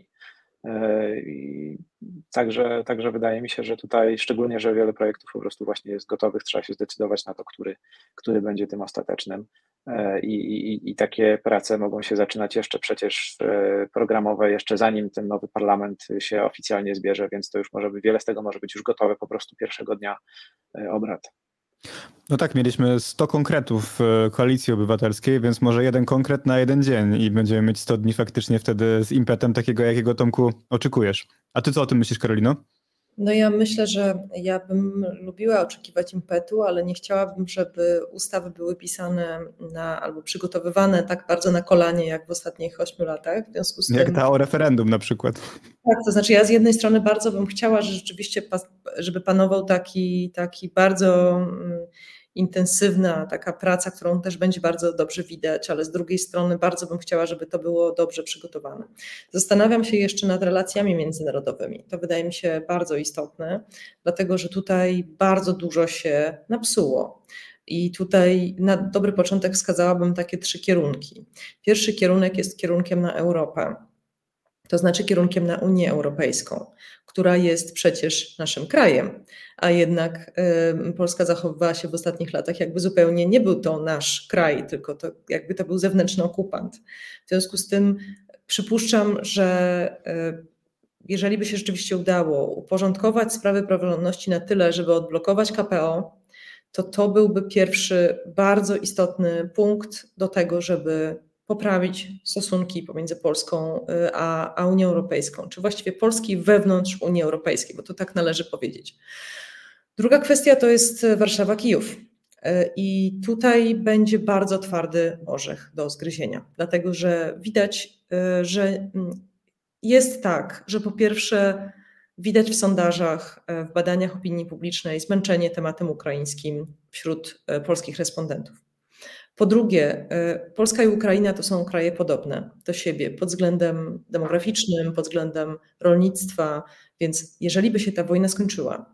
Także wydaje mi się, że tutaj szczególnie, że wiele projektów po prostu właśnie jest gotowych, trzeba się zdecydować na to, który będzie tym ostatecznym i takie prace mogą się zaczynać jeszcze przecież programowe, jeszcze zanim ten nowy parlament się oficjalnie zbierze, więc to już wiele z tego może być już gotowe po prostu pierwszego dnia obrad. No tak, mieliśmy 100 konkretów w Koalicji Obywatelskiej, więc może jeden konkret na jeden dzień i będziemy mieć 100 dni faktycznie wtedy z impetem takiego, jakiego, Tomku, oczekujesz. A ty co o tym myślisz, Karolino? No ja myślę, że ja bym lubiła oczekiwać impetu, ale nie chciałabym, żeby ustawy były pisane albo przygotowywane tak bardzo na kolanie, jak w ostatnich 8 latach. W związku z Jak tym, ta o referendum na przykład. tak, to znaczy ja z jednej strony bardzo bym chciała, że rzeczywiście, żeby panował taki bardzo intensywna taka praca, którą też będzie bardzo dobrze widać, ale z drugiej strony bardzo bym chciała, żeby to było dobrze przygotowane. Zastanawiam się jeszcze nad relacjami międzynarodowymi. To wydaje mi się bardzo istotne, dlatego że tutaj bardzo dużo się napsuło. I tutaj na dobry początek wskazałabym takie 3 kierunki. Pierwszy kierunek jest kierunkiem na Europę, to znaczy kierunkiem na Unię Europejską, która jest przecież naszym krajem, a jednak Polska zachowywała się w ostatnich latach, jakby zupełnie nie był to nasz kraj, tylko jakby to był zewnętrzny okupant. W związku z tym przypuszczam, że jeżeli by się rzeczywiście udało uporządkować sprawy praworządności na tyle, żeby odblokować KPO, to byłby pierwszy bardzo istotny punkt do tego, żeby poprawić stosunki pomiędzy Polską a Unią Europejską, czy właściwie Polski wewnątrz Unii Europejskiej, bo to tak należy powiedzieć. Druga kwestia to jest Warszawa-Kijów. I tutaj będzie bardzo twardy orzech do zgryzienia, dlatego że widać, że jest tak, że po pierwsze widać w sondażach, w badaniach opinii publicznej zmęczenie tematem ukraińskim wśród polskich respondentów. Po drugie, Polska i Ukraina to są kraje podobne do siebie pod względem demograficznym, pod względem rolnictwa, więc jeżeli by się ta wojna skończyła,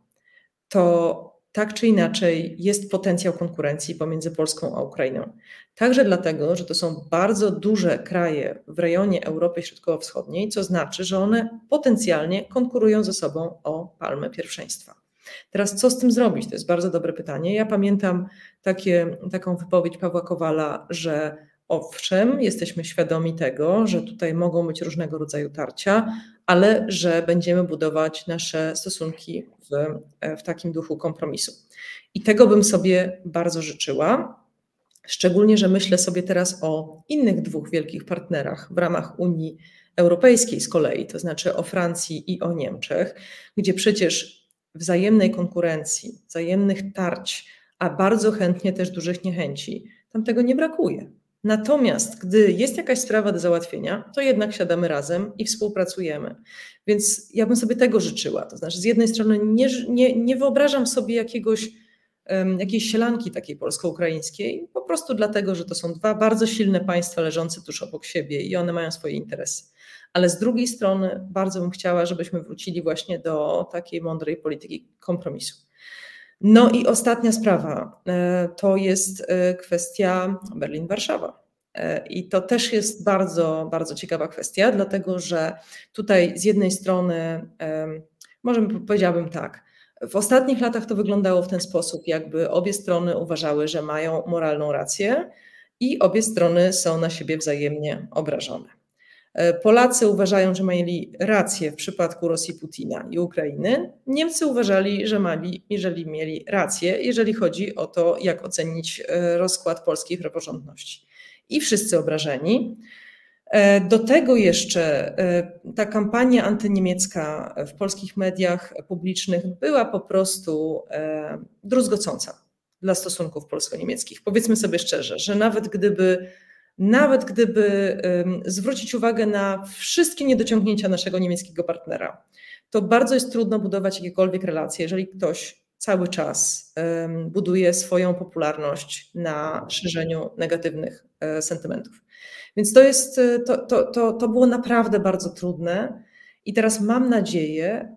to tak czy inaczej jest potencjał konkurencji pomiędzy Polską a Ukrainą. Także dlatego, że to są bardzo duże kraje w rejonie Europy Środkowo-Wschodniej, co znaczy, że one potencjalnie konkurują ze sobą o palmę pierwszeństwa. Teraz co z tym zrobić? To jest bardzo dobre pytanie. Ja pamiętam taką wypowiedź Pawła Kowala, że owszem, jesteśmy świadomi tego, że tutaj mogą być różnego rodzaju tarcia, ale że będziemy budować nasze stosunki w takim duchu kompromisu. I tego bym sobie bardzo życzyła, szczególnie, że myślę sobie teraz o innych 2 wielkich partnerach w ramach Unii Europejskiej z kolei, to znaczy o Francji i o Niemczech, gdzie przecież wzajemnej konkurencji, wzajemnych tarć, a bardzo chętnie też dużych niechęci, tam tego nie brakuje. Natomiast gdy jest jakaś sprawa do załatwienia, to jednak siadamy razem i współpracujemy. Więc ja bym sobie tego życzyła. To znaczy z jednej strony nie wyobrażam sobie jakiejś sielanki takiej polsko-ukraińskiej, po prostu dlatego, że to są 2 bardzo silne państwa leżące tuż obok siebie i one mają swoje interesy. Ale z drugiej strony bardzo bym chciała, żebyśmy wrócili właśnie do takiej mądrej polityki kompromisu. No i ostatnia sprawa to jest kwestia Berlin-Warszawa. I to też jest bardzo, bardzo ciekawa kwestia, dlatego że tutaj z jednej strony, może powiedziałabym tak, w ostatnich latach to wyglądało w ten sposób, jakby obie strony uważały, że mają moralną rację i obie strony są na siebie wzajemnie obrażone. Polacy uważają, że mieli rację w przypadku Rosji, Putina i Ukrainy. Niemcy uważali, że mieli rację, jeżeli chodzi o to, jak ocenić rozkład polskiej praworządności. I wszyscy obrażeni. Do tego jeszcze ta kampania antyniemiecka w polskich mediach publicznych była po prostu druzgocąca dla stosunków polsko-niemieckich. Powiedzmy sobie szczerze, że nawet gdyby zwrócić uwagę na wszystkie niedociągnięcia naszego niemieckiego partnera, to bardzo jest trudno budować jakiekolwiek relacje, jeżeli ktoś cały czas buduje swoją popularność na szerzeniu negatywnych sentymentów. Więc to było naprawdę bardzo trudne i teraz mam nadzieję,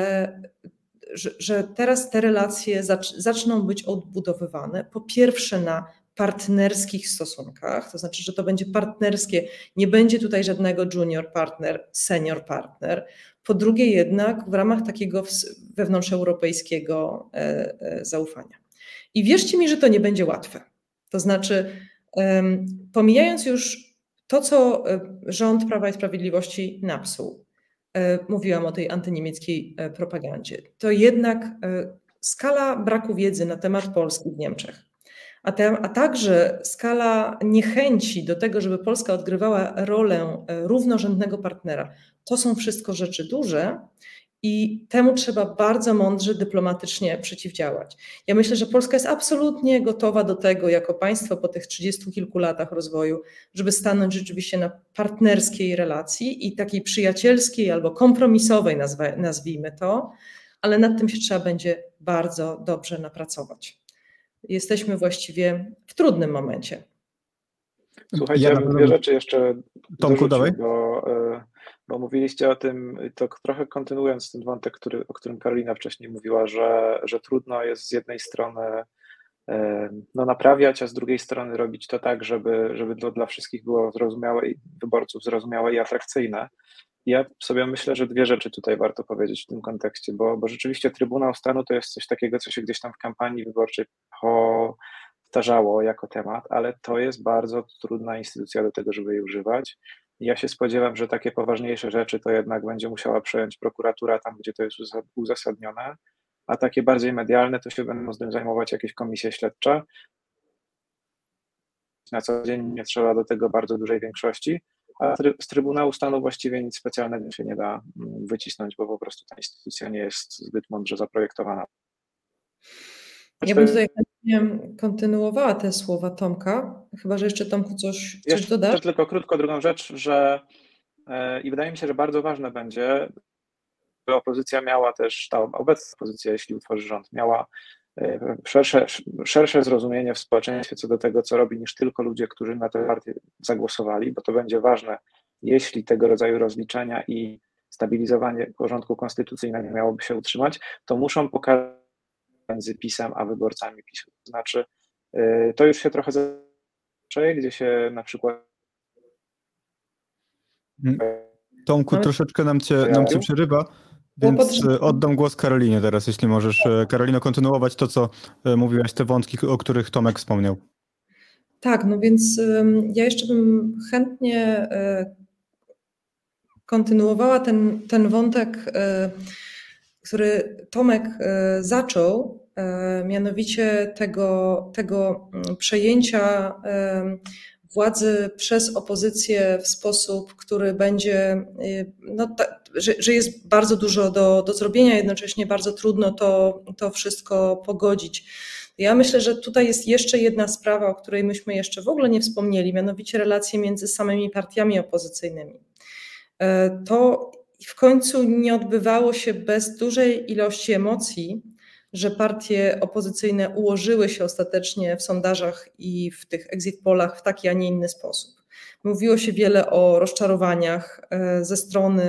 że teraz te relacje zaczną być odbudowywane. Po pierwsze na partnerskich stosunkach, to znaczy, że to będzie partnerskie, nie będzie tutaj żadnego junior partner, senior partner. Po drugie jednak w ramach takiego wewnątrzeuropejskiego zaufania. I wierzcie mi, że to nie będzie łatwe. To znaczy, pomijając już to, co rząd Prawa i Sprawiedliwości napsuł, mówiłam o tej antyniemieckiej propagandzie, to jednak skala braku wiedzy na temat Polski w Niemczech, a także skala niechęci do tego, żeby Polska odgrywała rolę równorzędnego partnera, to są wszystko rzeczy duże I temu trzeba bardzo mądrze, dyplomatycznie przeciwdziałać. Ja myślę, że Polska jest absolutnie gotowa do tego, jako państwo po tych 30 kilku latach rozwoju, żeby stanąć rzeczywiście na partnerskiej relacji i takiej przyjacielskiej albo kompromisowej, nazwijmy to, ale nad tym się trzeba będzie bardzo dobrze napracować. Jesteśmy właściwie w trudnym momencie. Słuchajcie, ja bym dwie rzeczy jeszcze Tomku, dawaj. Bo mówiliście o tym, to trochę kontynuując ten wątek, o którym Karolina wcześniej mówiła, że trudno jest z jednej strony naprawiać, a z drugiej strony robić to tak, żeby to dla wszystkich było zrozumiałe i wyborców zrozumiałe i atrakcyjne. Ja sobie myślę, że dwie rzeczy tutaj warto powiedzieć w tym kontekście, bo rzeczywiście Trybunał Stanu to jest coś takiego, co się gdzieś tam w kampanii wyborczej powtarzało jako temat, ale to jest bardzo trudna instytucja do tego, żeby jej używać. Ja się spodziewam, że takie poważniejsze rzeczy to jednak będzie musiała przejąć prokuratura tam, gdzie to jest uzasadnione, a takie bardziej medialne to się będą z tym zajmować jakieś komisje śledcze. Na co dzień nie trzeba do tego bardzo dużej większości, a z Trybunału Stanu właściwie nic specjalnego się nie da wycisnąć, bo po prostu ta instytucja nie jest zbyt mądrze zaprojektowana. Ja bym tutaj chętnie kontynuowała te słowa Tomka, chyba że jeszcze Tomku coś dodasz? Jeszcze tylko krótko drugą rzecz, że i wydaje mi się, że bardzo ważne będzie, by opozycja miała też, ta obecna opozycja, jeśli utworzy rząd, miała szersze zrozumienie w społeczeństwie co do tego, co robi, niż tylko ludzie, którzy na tę partię zagłosowali, bo to będzie ważne, jeśli tego rodzaju rozliczenia i stabilizowanie porządku konstytucyjnego miałoby się utrzymać, to muszą pokazać między PiS-em a wyborcami PiS-u. To znaczy, to już się trochę zaczyna, gdzie się na przykład... Tomku, troszeczkę nam cię przerywa, więc oddam głos Karolinie teraz, jeśli możesz. Karolino, kontynuować to, co mówiłaś, te wątki, o których Tomek wspomniał. Tak, no więc ja jeszcze bym chętnie kontynuowała ten wątek, który Tomek zaczął, mianowicie tego przejęcia władzy przez opozycję w sposób, który będzie, że jest bardzo dużo do zrobienia, jednocześnie bardzo trudno to wszystko pogodzić. Ja myślę, że tutaj jest jeszcze jedna sprawa, o której myśmy jeszcze w ogóle nie wspomnieli, mianowicie relacje między samymi partiami opozycyjnymi. To w końcu nie odbywało się bez dużej ilości emocji, że partie opozycyjne ułożyły się ostatecznie w sondażach i w tych exit pollach w taki, a nie inny sposób. Mówiło się wiele o rozczarowaniach ze strony,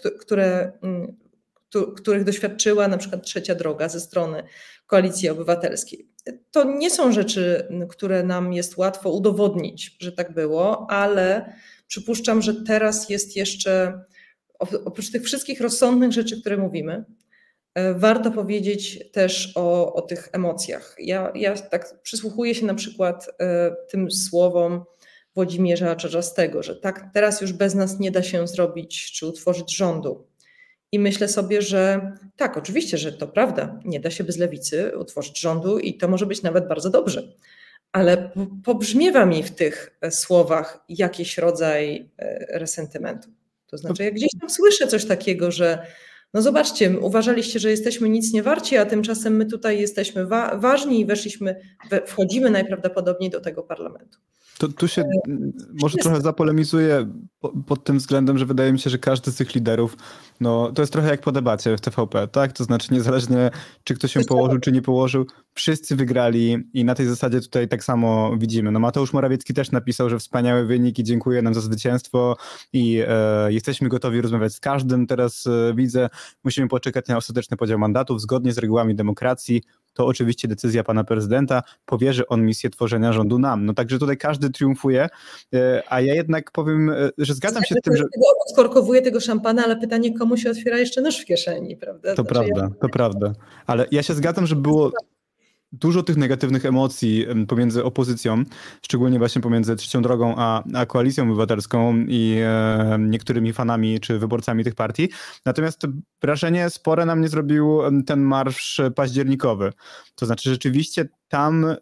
których doświadczyła na przykład Trzecia Droga ze strony Koalicji Obywatelskiej. To nie są rzeczy, które nam jest łatwo udowodnić, że tak było, ale przypuszczam, że teraz jest jeszcze, oprócz tych wszystkich rozsądnych rzeczy, które mówimy, warto powiedzieć też o tych emocjach. Ja tak przysłuchuję się na przykład tym słowom Włodzimierza Czarzastego, że tak teraz już bez nas nie da się zrobić czy utworzyć rządu. I myślę sobie, że tak, oczywiście, że to prawda, nie da się bez lewicy utworzyć rządu i to może być nawet bardzo dobrze. Ale pobrzmiewa mi w tych słowach jakiś rodzaj resentymentu. To znaczy, jak gdzieś tam słyszę coś takiego, że no zobaczcie, uważaliście, że jesteśmy nic nie warci, a tymczasem my tutaj jesteśmy ważni i wchodzimy najprawdopodobniej do tego parlamentu. Tu się może trochę zapolemizuję pod tym względem, że wydaje mi się, że każdy z tych liderów, no to jest trochę jak po debacie w TVP, tak? To znaczy niezależnie czy ktoś się położył, czy nie położył, wszyscy wygrali i na tej zasadzie tutaj tak samo widzimy. No Mateusz Morawiecki też napisał, że wspaniały wynik i dziękuję nam za zwycięstwo i jesteśmy gotowi rozmawiać z każdym. Teraz widzę, musimy poczekać na ostateczny podział mandatów zgodnie z regułami demokracji. To oczywiście decyzja pana prezydenta, powierzy on misję tworzenia rządu nam. No także tutaj każdy triumfuje, a ja jednak powiem, że zgadzam się z tym, że... Odkorkowuje tego szampana, ale pytanie, komu się otwiera jeszcze nóż w kieszeni, prawda? To prawda. Ale ja się zgadzam, że było dużo tych negatywnych emocji pomiędzy opozycją, szczególnie właśnie pomiędzy Trzecią Drogą a Koalicją Obywatelską i niektórymi fanami czy wyborcami tych partii. Natomiast wrażenie spore na mnie zrobił ten marsz październikowy. To znaczy rzeczywiście tam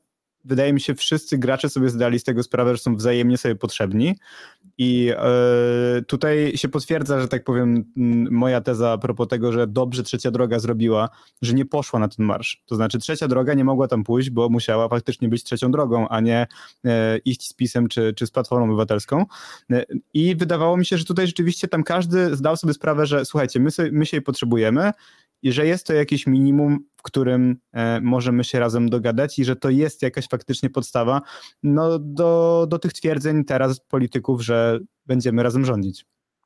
wydaje mi się, wszyscy gracze sobie zdali z tego sprawę, że są wzajemnie sobie potrzebni i tutaj się potwierdza, że tak powiem, moja teza a propos tego, że dobrze Trzecia Droga zrobiła, że nie poszła na ten marsz. To znaczy Trzecia Droga nie mogła tam pójść, bo musiała faktycznie być trzecią drogą, a nie iść z PiS-em czy z Platformą Obywatelską. I wydawało mi się, że tutaj rzeczywiście tam każdy zdał sobie sprawę, że słuchajcie, my się jej potrzebujemy i że jest to jakieś minimum, w którym możemy się razem dogadać i że to jest jakaś faktycznie podstawa do tych twierdzeń teraz polityków, że będziemy razem rządzić.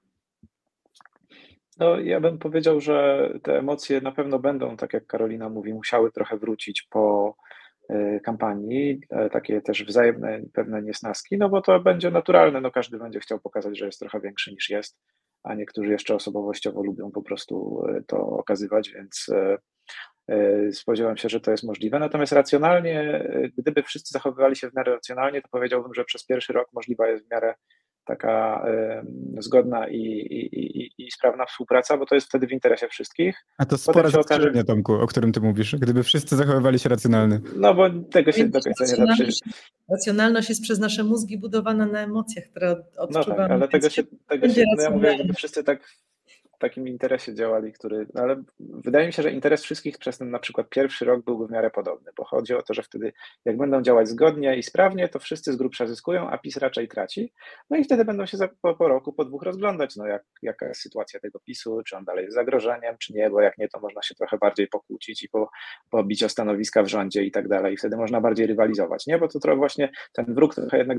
No, ja bym powiedział, że te emocje na pewno będą, tak jak Karolina mówi, musiały trochę wrócić po kampanii, takie też wzajemne pewne niesnaski, no bo to będzie naturalne, no każdy będzie chciał pokazać, że jest trochę większy niż jest, a niektórzy jeszcze osobowościowo lubią po prostu to okazywać, więc spodziewam się, że to jest możliwe. Natomiast racjonalnie, gdyby wszyscy zachowywali się w miarę racjonalnie, to powiedziałbym, że przez pierwszy rok możliwa jest w miarę taka zgodna i sprawna współpraca, bo to jest wtedy w interesie wszystkich. A to spore zastrzeżenie, Tomku, o którym ty mówisz, gdyby wszyscy zachowywali się racjonalnie. No bo tego się do końca nie da przyjść. Racjonalność jest przez nasze mózgi budowana na emocjach, które odczuwamy. No tak, ale ja mówię, gdyby wszyscy tak w takim interesie działali, ale wydaje mi się, że interes wszystkich przez ten na przykład pierwszy rok byłby w miarę podobny, bo chodzi o to, że wtedy jak będą działać zgodnie i sprawnie, to wszyscy z grubsza zyskują, a PiS raczej traci. No i wtedy będą się po roku, po dwóch rozglądać, no jaka jest sytuacja tego PiS-u, czy on dalej jest zagrożeniem, czy nie, bo jak nie, to można się trochę bardziej pokłócić i pobić o stanowiska w rządzie i tak dalej. I wtedy można bardziej rywalizować, nie? Bo to trochę właśnie ten wróg trochę jednak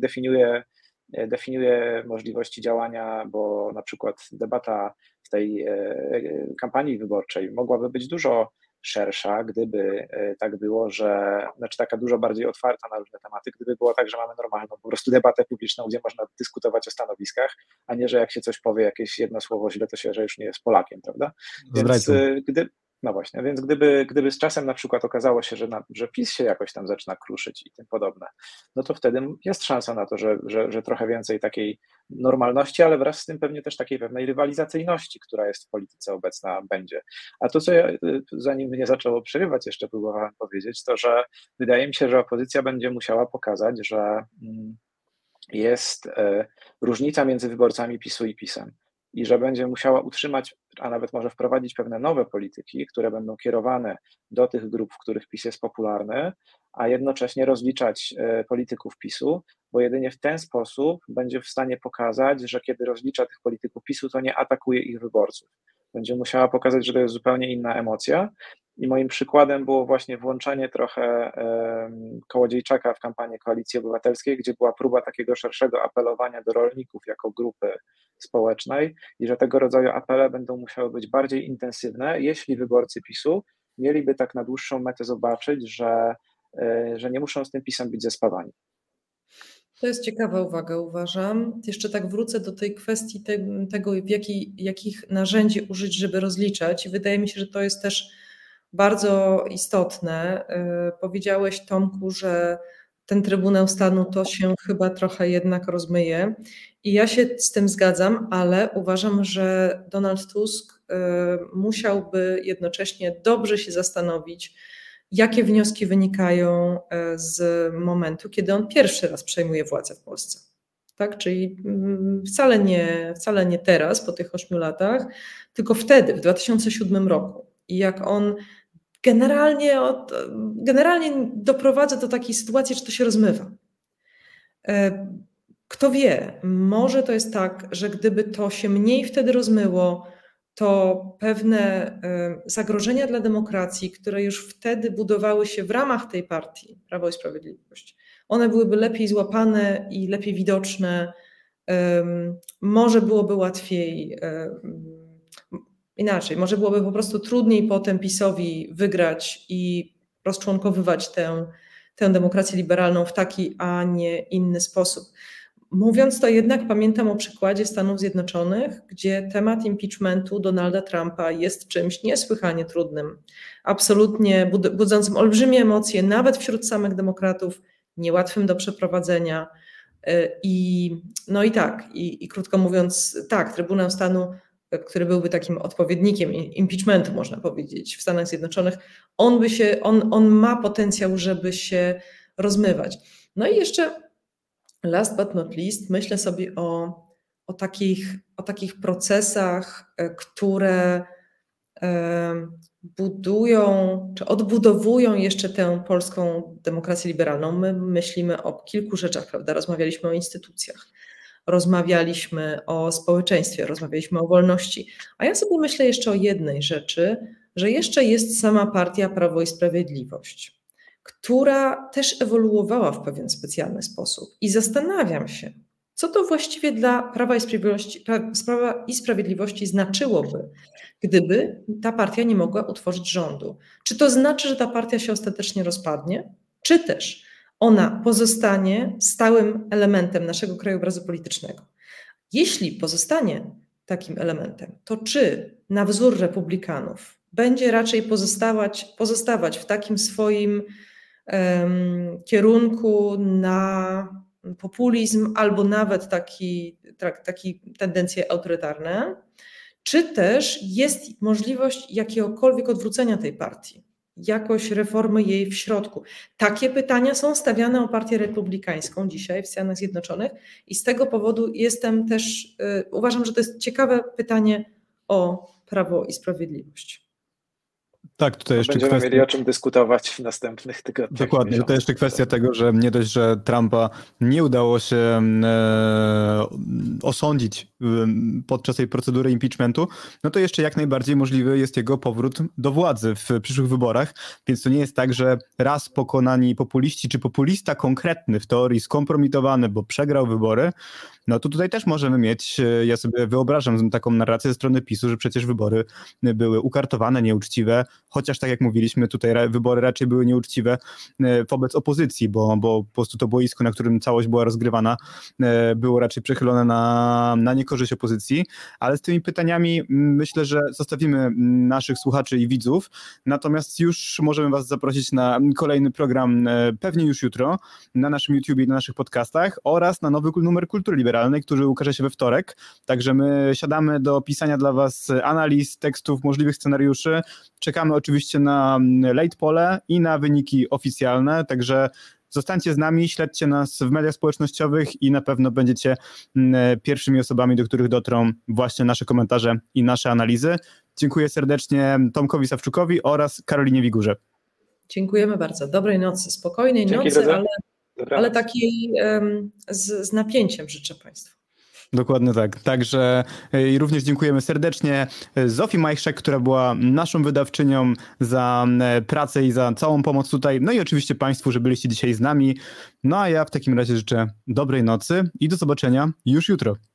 definiuje możliwości działania, bo na przykład debata w tej kampanii wyborczej mogłaby być dużo szersza, gdyby tak było, znaczy taka dużo bardziej otwarta na różne tematy, gdyby było tak, że mamy normalną po prostu debatę publiczną, gdzie można dyskutować o stanowiskach, a nie, że jak się coś powie, jakieś jedno słowo źle, to się, że już nie jest Polakiem, prawda? Więc no właśnie, więc gdyby z czasem na przykład okazało się, że PiS się jakoś tam zaczyna kruszyć i tym podobne, no to wtedy jest szansa na to, że trochę więcej takiej normalności, ale wraz z tym pewnie też takiej pewnej rywalizacyjności, która jest w polityce obecna, będzie. A to, co ja, zanim mnie zaczęło przerywać, jeszcze próbowałem powiedzieć, to, że wydaje mi się, że opozycja będzie musiała pokazać, że jest różnica między wyborcami PiS-u i PiS-em. I że będzie musiała utrzymać, a nawet może wprowadzić pewne nowe polityki, które będą kierowane do tych grup, w których PiS jest popularny, a jednocześnie rozliczać polityków PiS-u, bo jedynie w ten sposób będzie w stanie pokazać, że kiedy rozlicza tych polityków PiS-u, to nie atakuje ich wyborców. Będzie musiała pokazać, że to jest zupełnie inna emocja. I moim przykładem było właśnie włączenie trochę Kołodziejczaka w kampanię Koalicji Obywatelskiej, gdzie była próba takiego szerszego apelowania do rolników jako grupy społecznej i że tego rodzaju apele będą musiały być bardziej intensywne, jeśli wyborcy PiS-u mieliby tak na dłuższą metę zobaczyć, że nie muszą z tym PiS-em być zespawani. To jest ciekawa uwaga, uważam. Jeszcze tak wrócę do tej kwestii tego, jakich narzędzi użyć, żeby rozliczać. I wydaje mi się, że to jest też bardzo istotne. Powiedziałeś, Tomku, że ten Trybunał Stanu to się chyba trochę jednak rozmyje. I ja się z tym zgadzam, ale uważam, że Donald Tusk musiałby jednocześnie dobrze się zastanowić, jakie wnioski wynikają z momentu, kiedy on pierwszy raz przejmuje władzę w Polsce. Tak? Czyli wcale nie teraz, po tych 8 latach, tylko wtedy, w 2007 roku. I jak on generalnie doprowadza do takiej sytuacji, że to się rozmywa. Kto wie, może to jest tak, że gdyby to się mniej wtedy rozmyło, to pewne zagrożenia dla demokracji, które już wtedy budowały się w ramach tej partii, Prawo i Sprawiedliwość, one byłyby lepiej złapane i lepiej widoczne. Może byłoby łatwiej, inaczej, może byłoby po prostu trudniej potem PiS-owi wygrać i rozczłonkowywać tę demokrację liberalną w taki, a nie inny sposób. Mówiąc to jednak pamiętam o przykładzie Stanów Zjednoczonych, gdzie temat impeachmentu Donalda Trumpa jest czymś niesłychanie trudnym, absolutnie budzącym olbrzymie emocje, nawet wśród samych demokratów, niełatwym do przeprowadzenia. I krótko mówiąc, tak, Trybunał Stanu, który byłby takim odpowiednikiem impeachmentu, można powiedzieć, w Stanach Zjednoczonych, on ma potencjał, żeby się rozmywać. No i jeszcze last but not least myślę sobie o takich procesach, które budują czy odbudowują jeszcze tę polską demokrację liberalną. My myślimy o kilku rzeczach, prawda? Rozmawialiśmy o instytucjach, rozmawialiśmy o społeczeństwie, rozmawialiśmy o wolności, a ja sobie myślę jeszcze o jednej rzeczy, że jeszcze jest sama partia Prawo i Sprawiedliwość, która też ewoluowała w pewien specjalny sposób i zastanawiam się, co to właściwie dla Prawa i Sprawiedliwości znaczyłoby, gdyby ta partia nie mogła utworzyć rządu. Czy to znaczy, że ta partia się ostatecznie rozpadnie, czy też ona pozostanie stałym elementem naszego krajobrazu politycznego? Jeśli pozostanie takim elementem, to czy na wzór republikanów będzie raczej pozostawać w takim swoim kierunku na populizm albo nawet takie tendencje autorytarne, czy też jest możliwość jakiegokolwiek odwrócenia tej partii, jakoś reformy jej w środku. Takie pytania są stawiane o partię republikańską dzisiaj w Stanach Zjednoczonych i z tego powodu uważam, że to jest ciekawe pytanie o Prawo i Sprawiedliwość. Tak, tutaj jeszcze będziemy mieli o czym dyskutować w następnych tygodniach. Dokładnie, to jeszcze kwestia tego, że nie dość, że Trumpa nie udało się osądzić podczas tej procedury impeachmentu, no to jeszcze jak najbardziej możliwy jest jego powrót do władzy w przyszłych wyborach, więc to nie jest tak, że raz pokonani populiści, czy populista konkretny w teorii skompromitowany, bo przegrał wybory, no to tutaj też możemy mieć, ja sobie wyobrażam taką narrację ze strony PiS-u, że przecież wybory były ukartowane, nieuczciwe, chociaż tak jak mówiliśmy, tutaj wybory raczej były nieuczciwe wobec opozycji, bo po prostu to boisko, na którym całość była rozgrywana, było raczej przechylone na niekorzyść opozycji, ale z tymi pytaniami myślę, że zostawimy naszych słuchaczy i widzów, natomiast już możemy was zaprosić na kolejny program, pewnie już jutro, na naszym YouTubie i na naszych podcastach oraz na nowy numer Kultury Liberalnej, który ukaże się we wtorek, także my siadamy do pisania dla was analiz, tekstów, możliwych scenariuszy, czekamy oczywiście na late pole i na wyniki oficjalne, także zostańcie z nami, śledźcie nas w mediach społecznościowych i na pewno będziecie pierwszymi osobami, do których dotrą właśnie nasze komentarze i nasze analizy. Dziękuję serdecznie Tomkowi Sawczukowi oraz Karolinie Wigurze. Dziękujemy bardzo. Dobrej nocy, spokojnej nocy, ale takiej z napięciem życzę Państwu. Dokładnie tak. Także i również dziękujemy serdecznie Zofii Majchrzak, która była naszą wydawczynią, za pracę i za całą pomoc tutaj. No i oczywiście Państwu, że byliście dzisiaj z nami. No a ja w takim razie życzę dobrej nocy i do zobaczenia już jutro.